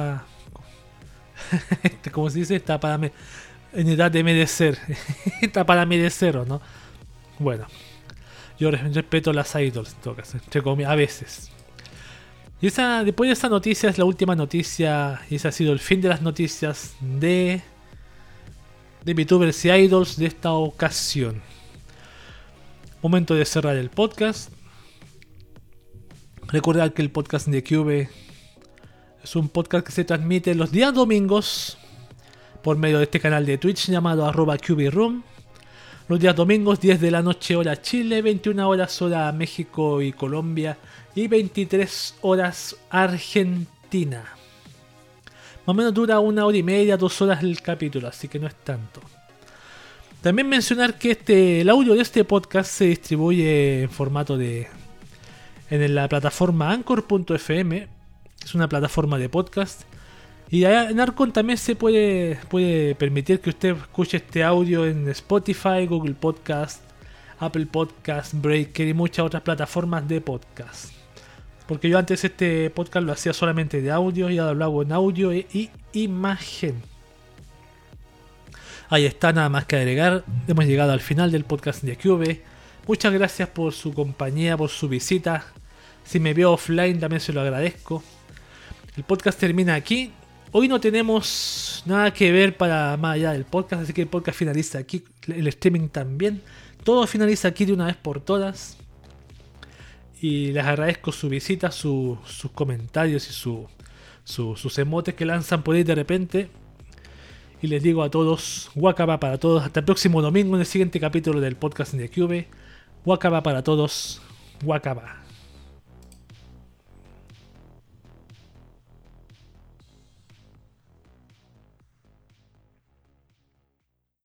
Speaker 1: ¿Cómo se dice? Está para... en edad de merecer. Está para merecer, ¿o no? Bueno. Yo respeto las idols, en todo caso. Entre comillas, a veces. Y después de esa noticia es la última noticia. Y ese ha sido el fin de las noticias de VTubers y Idols de esta ocasión. Momento de cerrar el podcast. Recordad que el podcast de Cube es un podcast que se transmite los días domingos por medio de este canal de Twitch llamado @CubeRoom. Los días domingos, 10 de la noche hora Chile, 21 horas hora México y Colombia y 23 horas Argentina. Más o menos dura 1 hora y media, 2 horas el capítulo, así que no es tanto. También mencionar que el audio de este podcast se distribuye en formato en la plataforma Anchor.fm. Es una plataforma de podcast. Y allá en Anchor también se puede permitir que usted escuche este audio en Spotify, Google Podcast, Apple Podcast, Breaker y muchas otras plataformas de podcast. Porque yo antes este podcast lo hacía solamente de audio y ahora lo hago en audio y imagen. Ahí está, nada más que agregar. Hemos llegado al final del podcast de Cube. Muchas gracias por su compañía, por su visita. Si me veo offline también se lo agradezco. El podcast termina aquí. Hoy no tenemos nada que ver para más allá del podcast, así que el podcast finaliza aquí. El streaming también. Todo finaliza aquí de una vez por todas. Y les agradezco su visita, sus comentarios y sus emotes que lanzan por ahí de repente. Y les digo a todos, Wakaba para todos. Hasta el próximo domingo en el siguiente capítulo del podcast de Cube. Wakaba para todos. Wakaba.